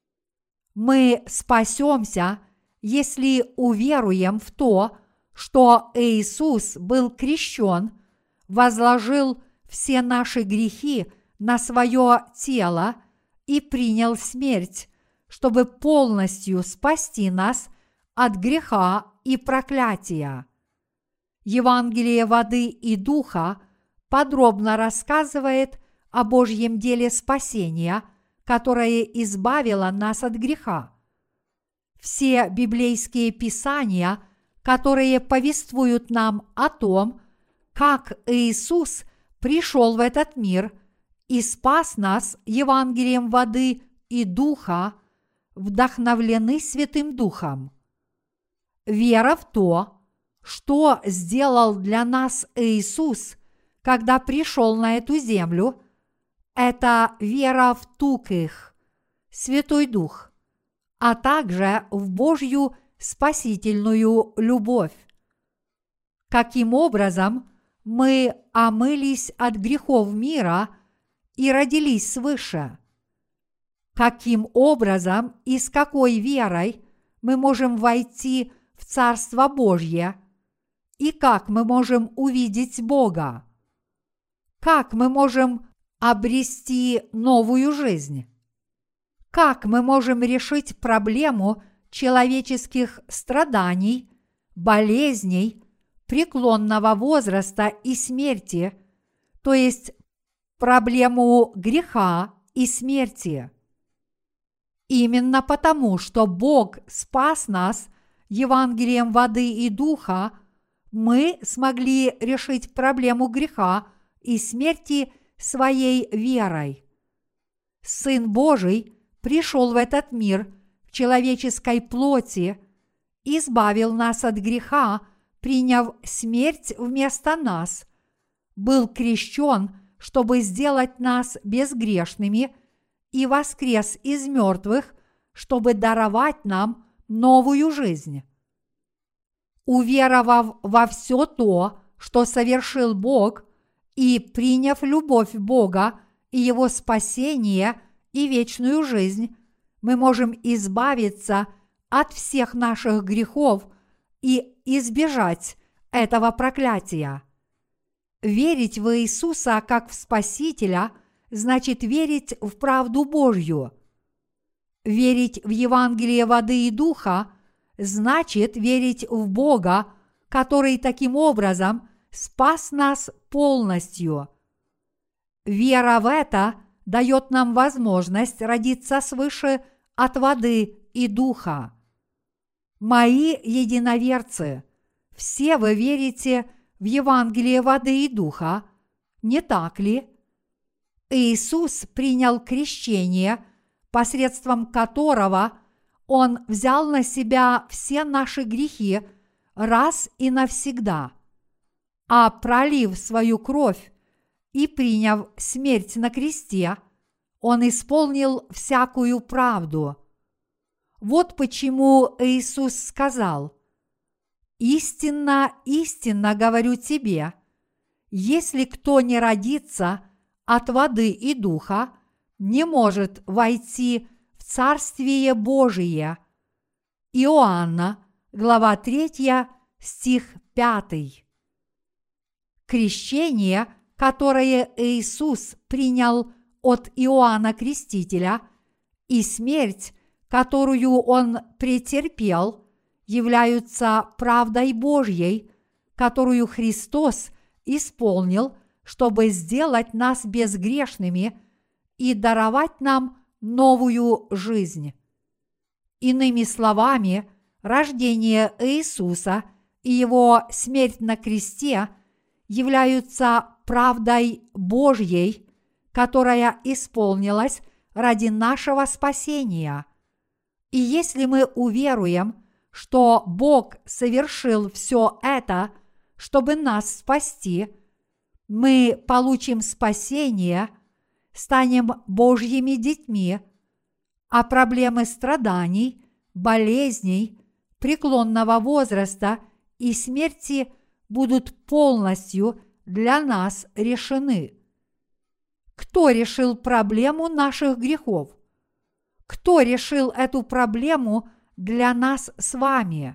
Мы спасемся, если уверуем в то, что Иисус был крещен, возложил все наши грехи на свое тело и принял смерть, чтобы полностью спасти нас от греха и проклятия. Евангелие воды и духа подробно рассказывает о Божьем деле спасения, которое избавило нас от греха. Все библейские писания, которые повествуют нам о том, как Иисус пришел в этот мир и спас нас Евангелием воды и духа, вдохновлены Святым Духом. Вера в то, что сделал для нас Иисус, когда пришел на эту землю, это вера в Тукых, Святой Дух, а также в Божью спасительную любовь. Каким образом мы омылись от грехов мира и родились свыше? Каким образом и с какой верой мы можем войти в Царство Божье? И как мы можем увидеть Бога? Как мы можем обрести новую жизнь? Как мы можем решить проблему человеческих страданий, болезней, преклонного возраста и смерти, то есть проблему греха и смерти? Именно потому, что Бог спас нас Евангелием воды и духа, мы смогли решить проблему греха и смерти своей верой. Сын Божий пришел в этот мир в человеческой плоти, избавил нас от греха, приняв смерть вместо нас, был крещен, чтобы сделать нас безгрешными, и воскрес из мертвых, чтобы даровать нам новую жизнь. Уверовав во все то, что совершил Бог, и приняв любовь Бога и Его спасение и вечную жизнь, мы можем избавиться от всех наших грехов и избежать этого проклятия. Верить в Иисуса как в Спасителя значит верить в правду Божью. Верить в Евангелие воды и духа значит верить в Бога, который таким образом спас нас полностью. Вера в это дает нам возможность родиться свыше от воды и духа. Мои единоверцы, все вы верите в Евангелие воды и духа, не так ли? Иисус принял крещение, посредством которого Он взял на себя все наши грехи раз и навсегда, а пролив свою кровь и приняв смерть на кресте, Он исполнил всякую правду. Вот почему Иисус сказал: «Истинно, истинно говорю тебе, если кто не родится от воды и духа, не может войти в Царствие Божие». Иоанна, глава третья, стих пятый. Крещение, которое Иисус принял от Иоанна Крестителя, и смерть, которую Он претерпел, являются правдой Божьей, которую Христос исполнил, чтобы сделать нас безгрешными и даровать нам новую жизнь. Иными словами, рождение Иисуса и Его смерть на кресте являются правдой Божьей, которая исполнилась ради нашего спасения. И если мы уверуем, что Бог совершил все это, чтобы нас спасти, мы получим спасение, станем Божьими детьми, а проблемы страданий, болезней, преклонного возраста и смерти будут полностью для нас решены. Кто решил проблему наших грехов? Кто решил эту проблему для нас с вами?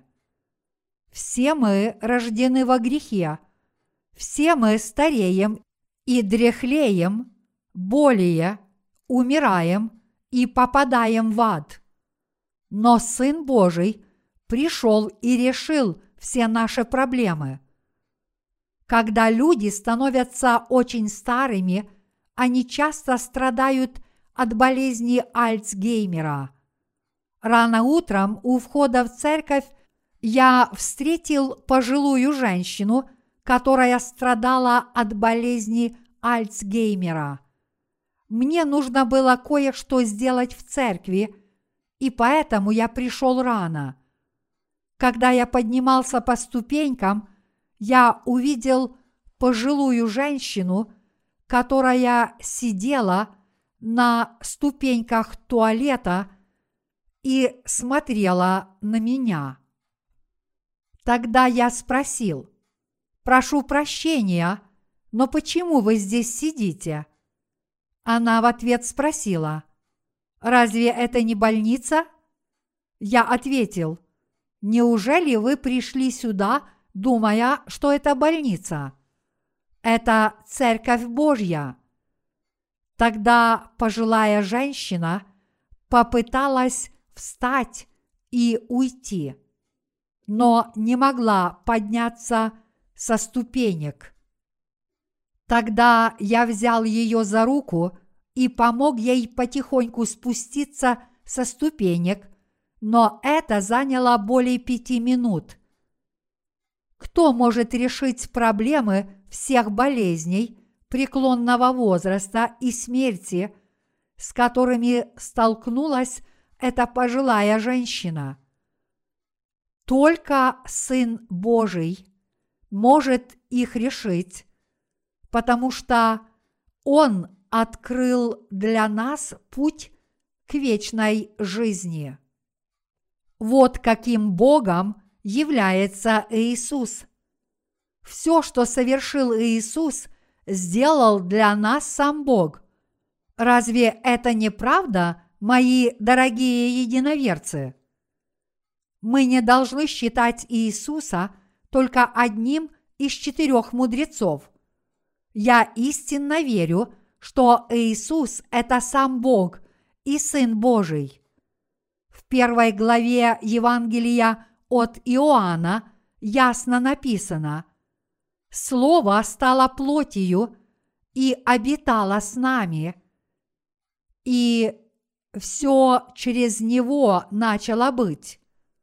Все мы рождены во грехе, все мы стареем и дряхлеем, более, умираем и попадаем в ад. Но Сын Божий пришел и решил все наши проблемы. Когда люди становятся очень старыми, они часто страдают от болезни Альцгеймера. Рано утром у входа в церковь я встретил пожилую женщину, которая страдала от болезни Альцгеймера. Мне нужно было кое-что сделать в церкви, и поэтому я пришел рано. Когда я поднимался по ступенькам, я увидел пожилую женщину, которая сидела на ступеньках туалета и смотрела на меня. Тогда я спросил: «Прошу прощения, но почему вы здесь сидите?» Она в ответ спросила: «Разве это не больница?» Я ответил: «Неужели вы пришли сюда, думая, что это больница? Это Церковь Божья». Тогда пожилая женщина попыталась встать и уйти, но не могла подняться со ступенек. Тогда я взял ее за руку и помог ей потихоньку спуститься со ступенек, но это заняло более пяти минут. Кто может решить проблемы всех болезней, преклонного возраста и смерти, с которыми столкнулась эта пожилая женщина? Только Сын Божий может их решить, потому что Он открыл для нас путь к вечной жизни. Вот каким Богом является Иисус. Все, что совершил Иисус, сделал для нас сам Бог. Разве это не правда, мои дорогие единоверцы? Мы не должны считать Иисуса только одним из четырех мудрецов. Я истинно верю, что Иисус – это сам Бог и Сын Божий. В первой главе Евангелия от Иоанна ясно написано: «Слово стало плотью и обитало с нами, и все через Него начало быть».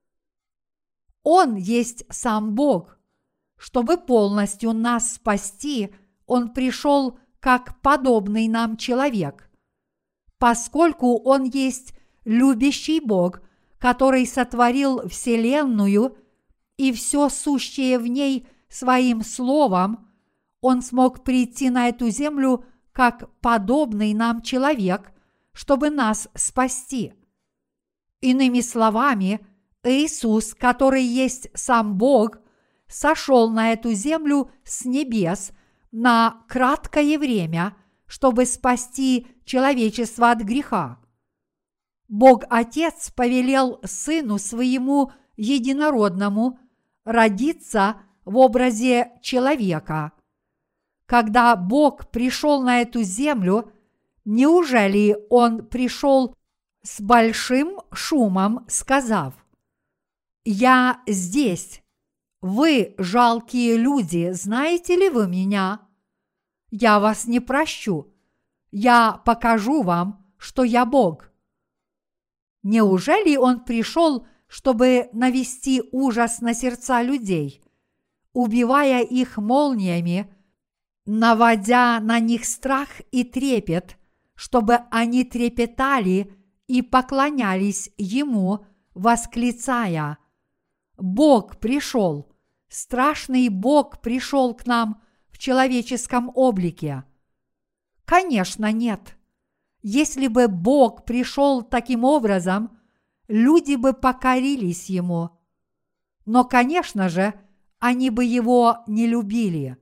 Он есть сам Бог. Чтобы полностью нас спасти, Он пришел как подобный нам человек. Поскольку Он есть любящий Бог, который сотворил вселенную и все сущее в ней своим словом, Он смог прийти на эту землю как подобный нам человек, чтобы нас спасти. Иными словами, Иисус, который есть сам Бог, сошел на эту землю с небес на краткое время, чтобы спасти человечество от греха. Бог Отец повелел Сыну Своему Единородному родиться в образе человека. Когда Бог пришел на эту землю, неужели Он пришел с большим шумом, сказав: «Я здесь, вы, жалкие люди, знаете ли вы меня? Я вас не прощу, я покажу вам, что я Бог». Неужели Он пришел, чтобы навести ужас на сердца людей, убивая их молниями, наводя на них страх и трепет, чтобы они трепетали и поклонялись Ему, восклицая: «Бог пришел, страшный Бог пришел к нам в человеческом облике». Конечно, нет. Если бы Бог пришел таким образом, люди бы покорились Ему. Но, конечно же, они бы Его не любили.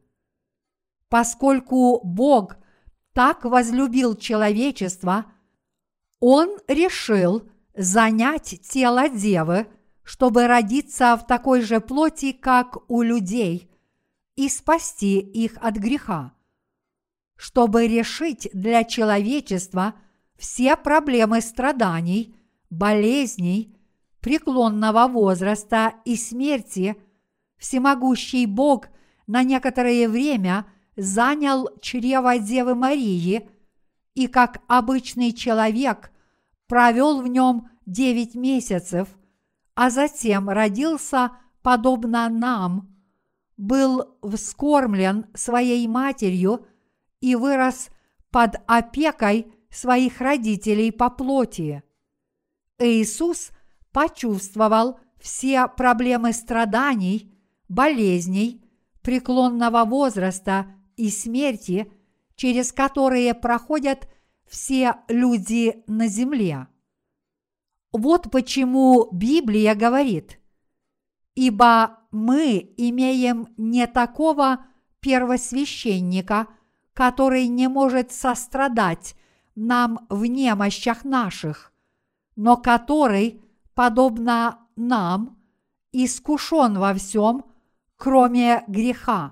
Поскольку Бог так возлюбил человечество, Он решил занять тело девы, чтобы родиться в такой же плоти, как у людей, и спасти их от греха. Чтобы решить для человечества все проблемы страданий, болезней, преклонного возраста и смерти, всемогущий Бог на некоторое время занял чрево Девы Марии и, как обычный человек, провел в нем девять месяцев, а затем родился подобно нам, был вскормлен своей матерью и вырос под опекой своих родителей по плоти. Иисус почувствовал все проблемы страданий, болезней, преклонного возраста и смерти, через которые проходят все люди на земле. Вот почему Библия говорит: «Ибо мы имеем не такого первосвященника, который не может сострадать нам в немощах наших, но который, подобно нам, искушен во всем, кроме греха».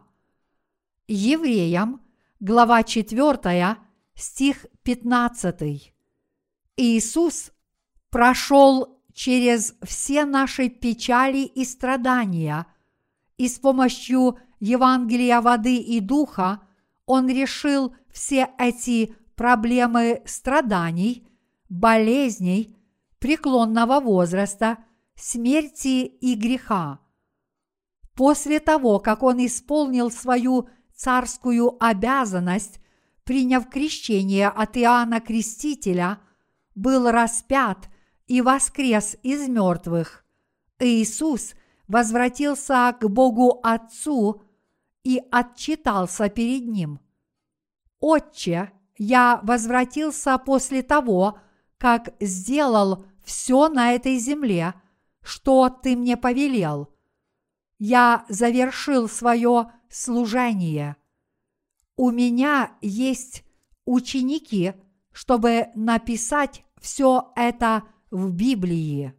Евреям, глава четвёртая, стих пятнадцатый. Иисус прошел через все наши печали и страдания, и с помощью Евангелия воды и духа Он решил все эти проблемы страданий, болезней, преклонного возраста, смерти и греха. После того, как Он исполнил свою царскую обязанность, приняв крещение от Иоанна Крестителя, был распят и воскрес из мертвых, Иисус возвратился к Богу Отцу и отчитался перед Ним: «Отче, я возвратился после того, как сделал все на этой земле, что Ты мне повелел. Я завершил свое служение. У меня есть ученики, чтобы написать все это в Библии».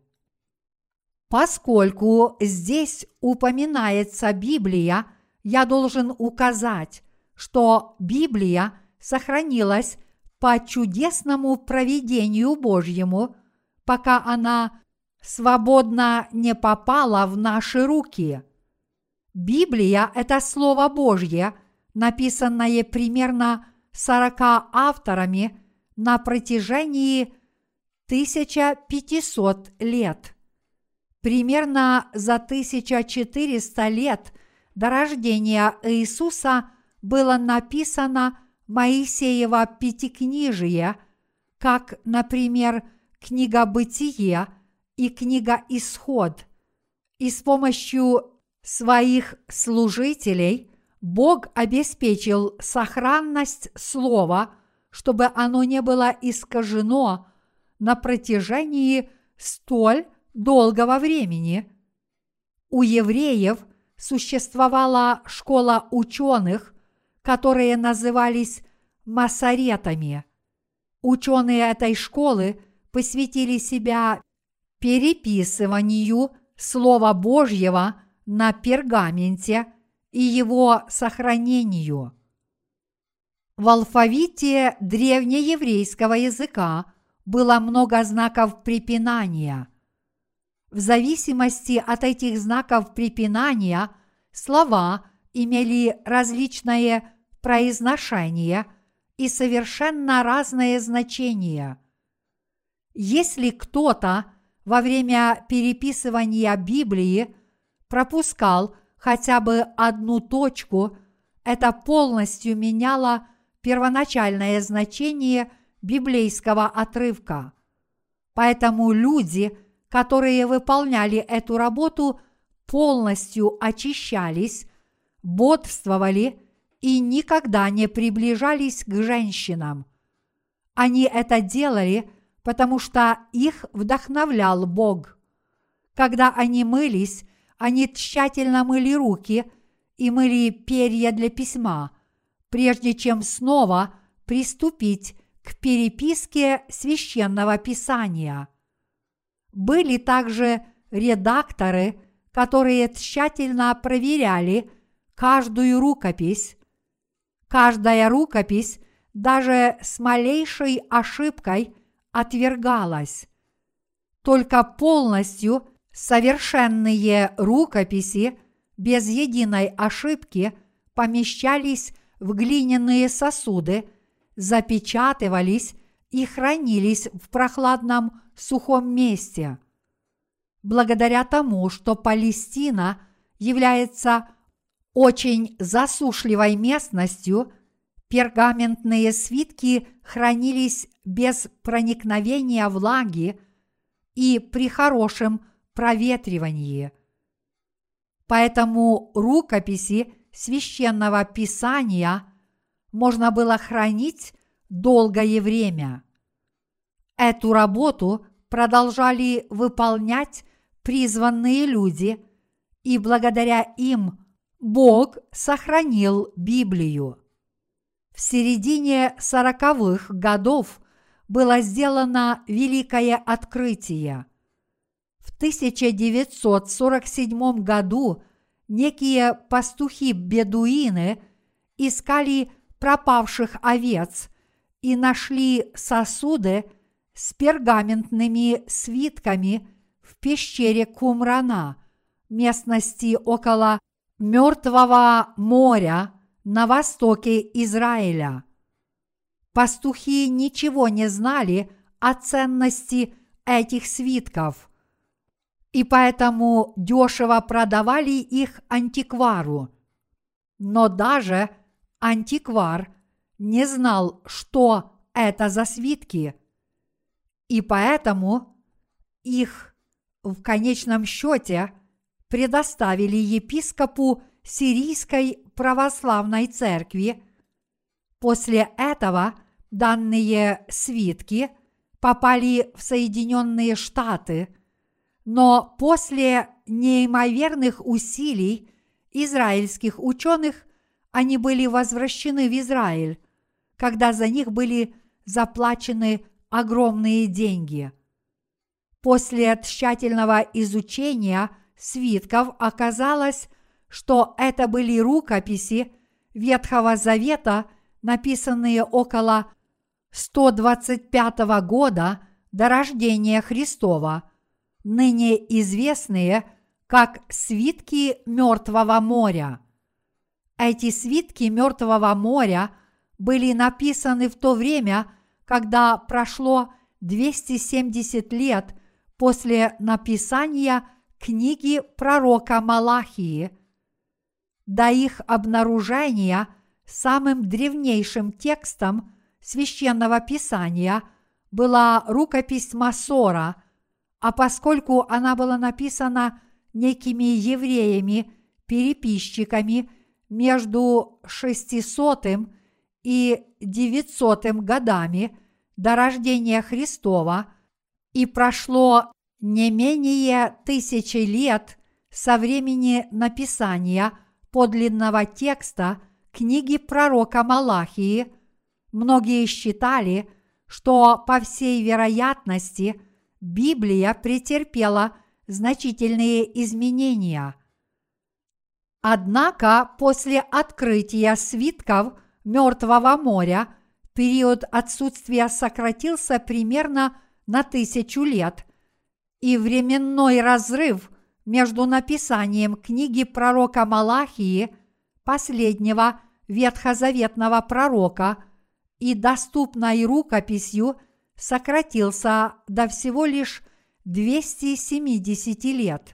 Поскольку здесь упоминается Библия, я должен указать, что Библия сохранилась по чудесному провидению Божьему, пока она свободно не попала в наши руки. Библия – это Слово Божье, написанное примерно сорока авторами на протяжении тысяча пятьсот лет. Примерно за тысяча четыреста лет до рождения Иисуса было написано Моисеево Пятикнижие, как, например, книга Бытие и книга Исход, и с помощью своих служителей Бог обеспечил сохранность слова, чтобы оно не было искажено на протяжении столь долгого времени. У евреев существовала школа ученых, которые назывались масоретами. Ученые этой школы посвятили себя переписыванию Слова Божьего на пергаменте и его сохранению. В алфавите древнееврейского языка было много знаков препинания. В зависимости от этих знаков препинания слова имели различное произношение и совершенно разное значение. Если кто-то во время переписывания Библии пропускал хотя бы одну точку, это полностью меняло первоначальное значение библейского отрывка. Поэтому люди, которые выполняли эту работу, полностью очищались, бодрствовали и никогда не приближались к женщинам. Они это делали, потому что их вдохновлял Бог. Когда они мылись, они тщательно мыли руки и мыли перья для письма, прежде чем снова приступить к переписке священного писания. Были также редакторы, которые тщательно проверяли каждую рукопись. Каждая рукопись даже с малейшей ошибкой отвергалась. Только полностью совершенные рукописи без единой ошибки помещались в глиняные сосуды, запечатывались и хранились в прохладном сухом месте. Благодаря тому, что Палестина является очень засушливой местностью, пергаментные свитки хранились без проникновения влаги и при хорошем проветривании. Поэтому рукописи священного писания можно было хранить долгое время. Эту работу продолжали выполнять призванные люди, и благодаря им Бог сохранил Библию. В середине сороковых годов было сделано великое открытие. В тысяча девятьсот сорок седьмом году некие пастухи-бедуины искали пропавших овец и нашли сосуды с пергаментными свитками в пещере Кумрана, местности около Мертвого моря на востоке Израиля. Пастухи ничего не знали о ценности этих свитков, и поэтому дешево продавали их антиквару. Но даже антиквар не знал, что это за свитки, и поэтому их в конечном счете предоставили епископу Сирийской православной церкви. После этого данные свитки попали в Соединенные Штаты, но после неимоверных усилий израильских ученых они были возвращены в Израиль, когда за них были заплачены огромные деньги. После тщательного изучения свитков оказалось, что это были рукописи Ветхого Завета, написанные около сто двадцать пятого года до рождения Христова, ныне известные как свитки Мертвого моря. Эти свитки Мертвого моря были написаны в то время, когда прошло двести семьдесят лет после написания книги пророка Малахии. До их обнаружения самым древнейшим текстом священного писания была рукопись Масора, а поскольку она была написана некими евреями-переписчиками между шестисотым и девятисотым годами до рождения Христова, и прошло не менее тысячи лет со времени написания подлинного текста книги пророка Малахии, многие считали, что, по всей вероятности, Библия претерпела значительные изменения. Однако после открытия свитков Мертвого моря период отсутствия сократился примерно на тысячу лет, и временной разрыв между написанием книги пророка Малахии, последнего ветхозаветного пророка, и доступной рукописью сократился до всего лишь двухсот семидесяти лет.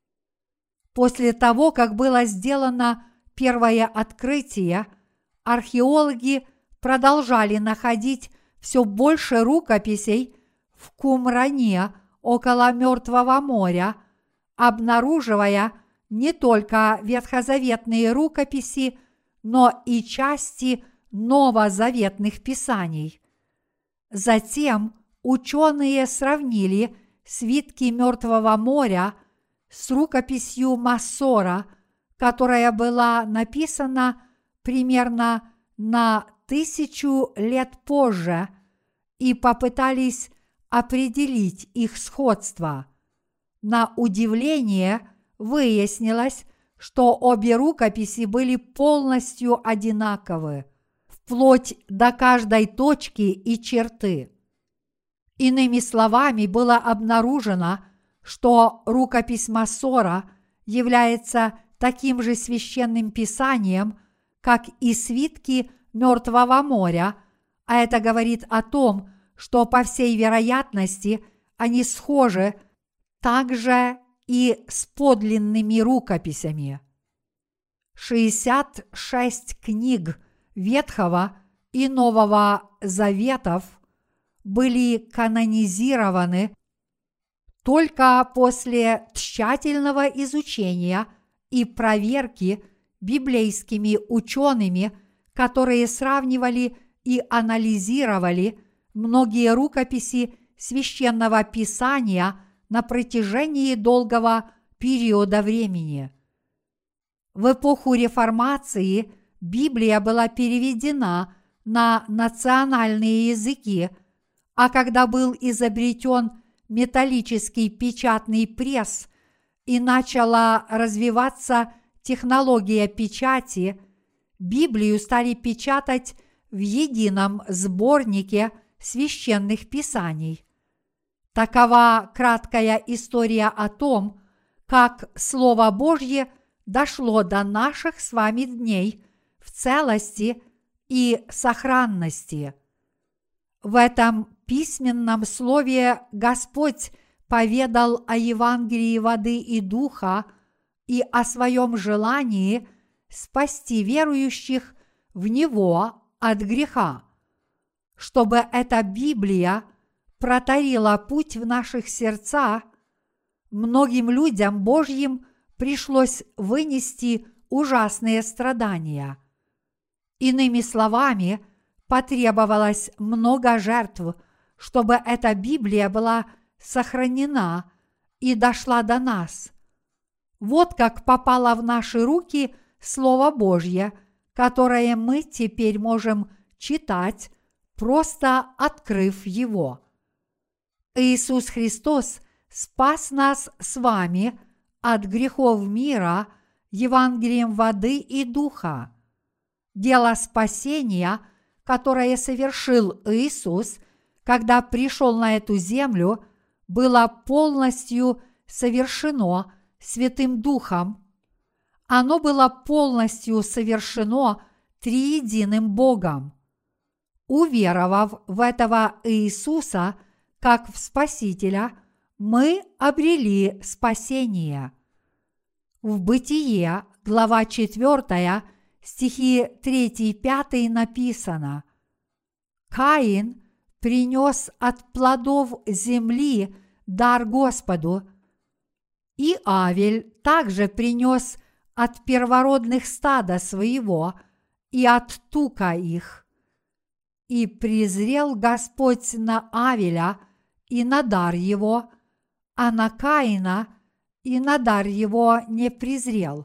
После того, как было сделано первое открытие, археологи продолжали находить все больше рукописей в Кумране около Мертвого моря, обнаруживая не только ветхозаветные рукописи, но и части новозаветных писаний. Затем ученые сравнили свитки Мертвого моря с рукописью Массора, которая была написана примерно на тысячу лет позже, и попытались определить их сходство. На удивление выяснилось, что обе рукописи были полностью одинаковы, вплоть до каждой точки и черты. Иными словами, было обнаружено, что рукопись Массора является таким же священным писанием, как и свитки Мертвого моря, а это говорит о том, что, по всей вероятности, они схожи также и с подлинными рукописями. шестьдесят шесть книг Ветхого и Нового Заветов были канонизированы только после тщательного изучения и проверки библейскими учеными, которые сравнивали и анализировали многие рукописи священного писания на протяжении долгого периода времени. В эпоху Реформации Библия была переведена на национальные языки, а когда был изобретен металлический печатный пресс и начала развиваться технология печати, Библию стали печатать в едином сборнике священных писаний. Такова краткая история о том, как Слово Божье дошло до наших с вами дней в целости и сохранности. В этом письменном слове Господь поведал о Евангелии воды и духа и о своем желании спасти верующих в Него от греха. Чтобы эта Библия протарила путь в наших сердцах, многим людям Божьим пришлось вынести ужасные страдания. Иными словами, потребовалось много жертв, чтобы эта Библия была сохранена и дошла до нас. Вот как попало в наши руки Слово Божье, которое мы теперь можем читать, просто открыв его. Иисус Христос спас нас с вами от грехов мира Евангелием воды и духа. Дело спасения, которое совершил Иисус, когда пришел на эту землю, было полностью совершено Святым Духом. Оно было полностью совершено триединым Богом. Уверовав в этого Иисуса как в Спасителя, мы обрели спасение. В Бытие, глава четвёртая, стихи третий-пятый написано: «Каин принес от плодов земли дар Господу, и Авель также принес от первородных стада своего и от тука их. И презрел Господь на Авеля и на дар его, а на Каина и на дар его не презрел.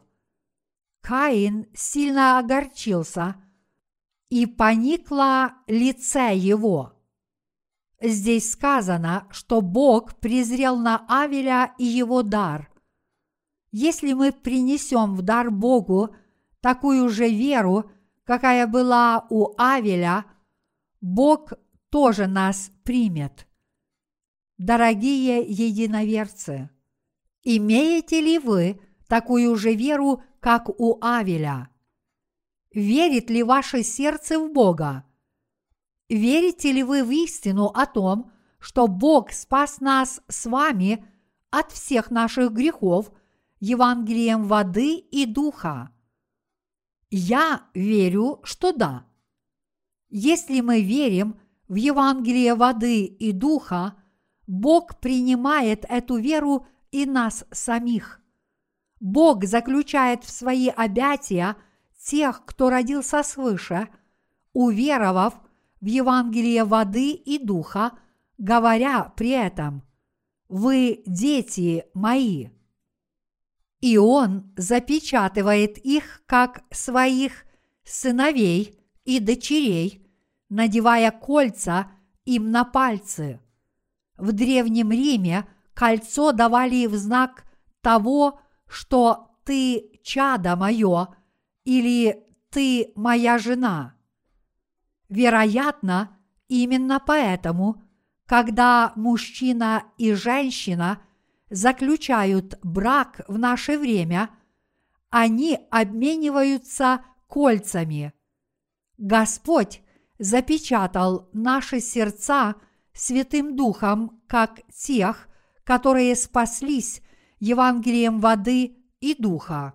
Каин сильно огорчился, и поникло лице его». Здесь сказано, что Бог презрел на Авеля и его дар. Если мы принесем в дар Богу такую же веру, какая была у Авеля, Бог тоже нас примет. Дорогие единоверцы, имеете ли вы такую же веру, как у Авеля? Верит ли ваше сердце в Бога? Верите ли вы в истину о том, что Бог спас нас с вами от всех наших грехов Евангелием воды и духа? Я верю, что да. Если мы верим в Евангелие воды и духа, Бог принимает эту веру и нас самих. Бог заключает в свои объятия тех, кто родился свыше, уверовав в Евангелие воды и духа, говоря при этом: «Вы дети мои». И Он запечатывает их как своих сыновей и дочерей, надевая кольца им на пальцы. В Древнем Риме кольцо давали в знак того, что «ты чадо мое» или «ты моя жена». Вероятно, именно поэтому, когда мужчина и женщина заключают брак в наше время, они обмениваются кольцами. Господь запечатал наши сердца Святым Духом, как тех, которые спаслись Евангелием воды и духа.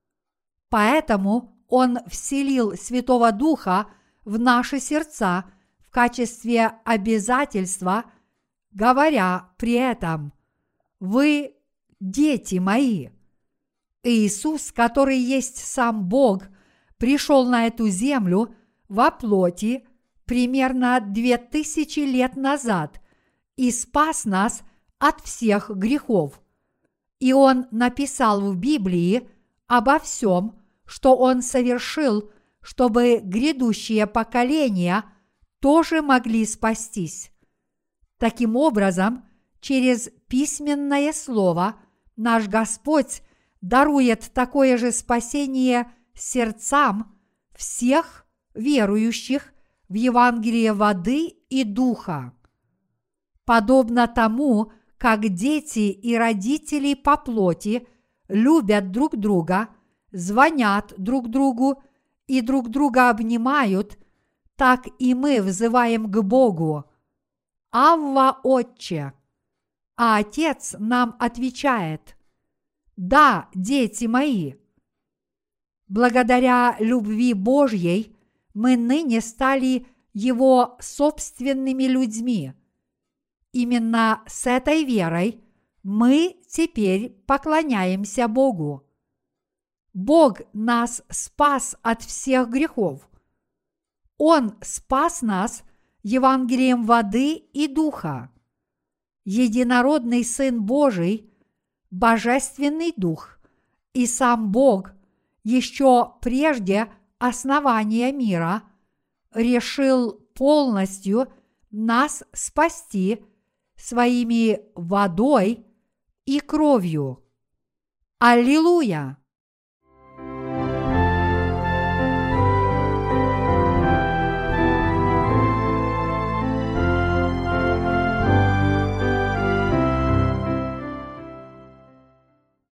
Поэтому Он вселил Святого Духа в наши сердца в качестве обязательства, говоря при этом: «Вы дети мои». Иисус, который есть сам Бог, пришел на эту землю во плоти примерно две тысячи лет назад и спас нас от всех грехов. И Он написал в Библии обо всем, что Он совершил, чтобы грядущие поколения тоже могли спастись. Таким образом, через письменное слово наш Господь дарует такое же спасение сердцам всех верующих в Евангелие воды и духа. Подобно тому, как дети и родители по плоти любят друг друга, звонят друг другу и друг друга обнимают, так и мы взываем к Богу: «Авва, Отче!» А Отец нам отвечает: «Да, дети мои». Благодаря любви Божьей мы ныне стали Его собственными людьми. Именно с этой верой мы теперь поклоняемся Богу. Бог нас спас от всех грехов. Он спас нас Евангелием воды и духа. Единородный Сын Божий, Божественный Дух и сам Бог еще прежде основания мира решил полностью нас спасти своими водой и кровью. Аллилуйя!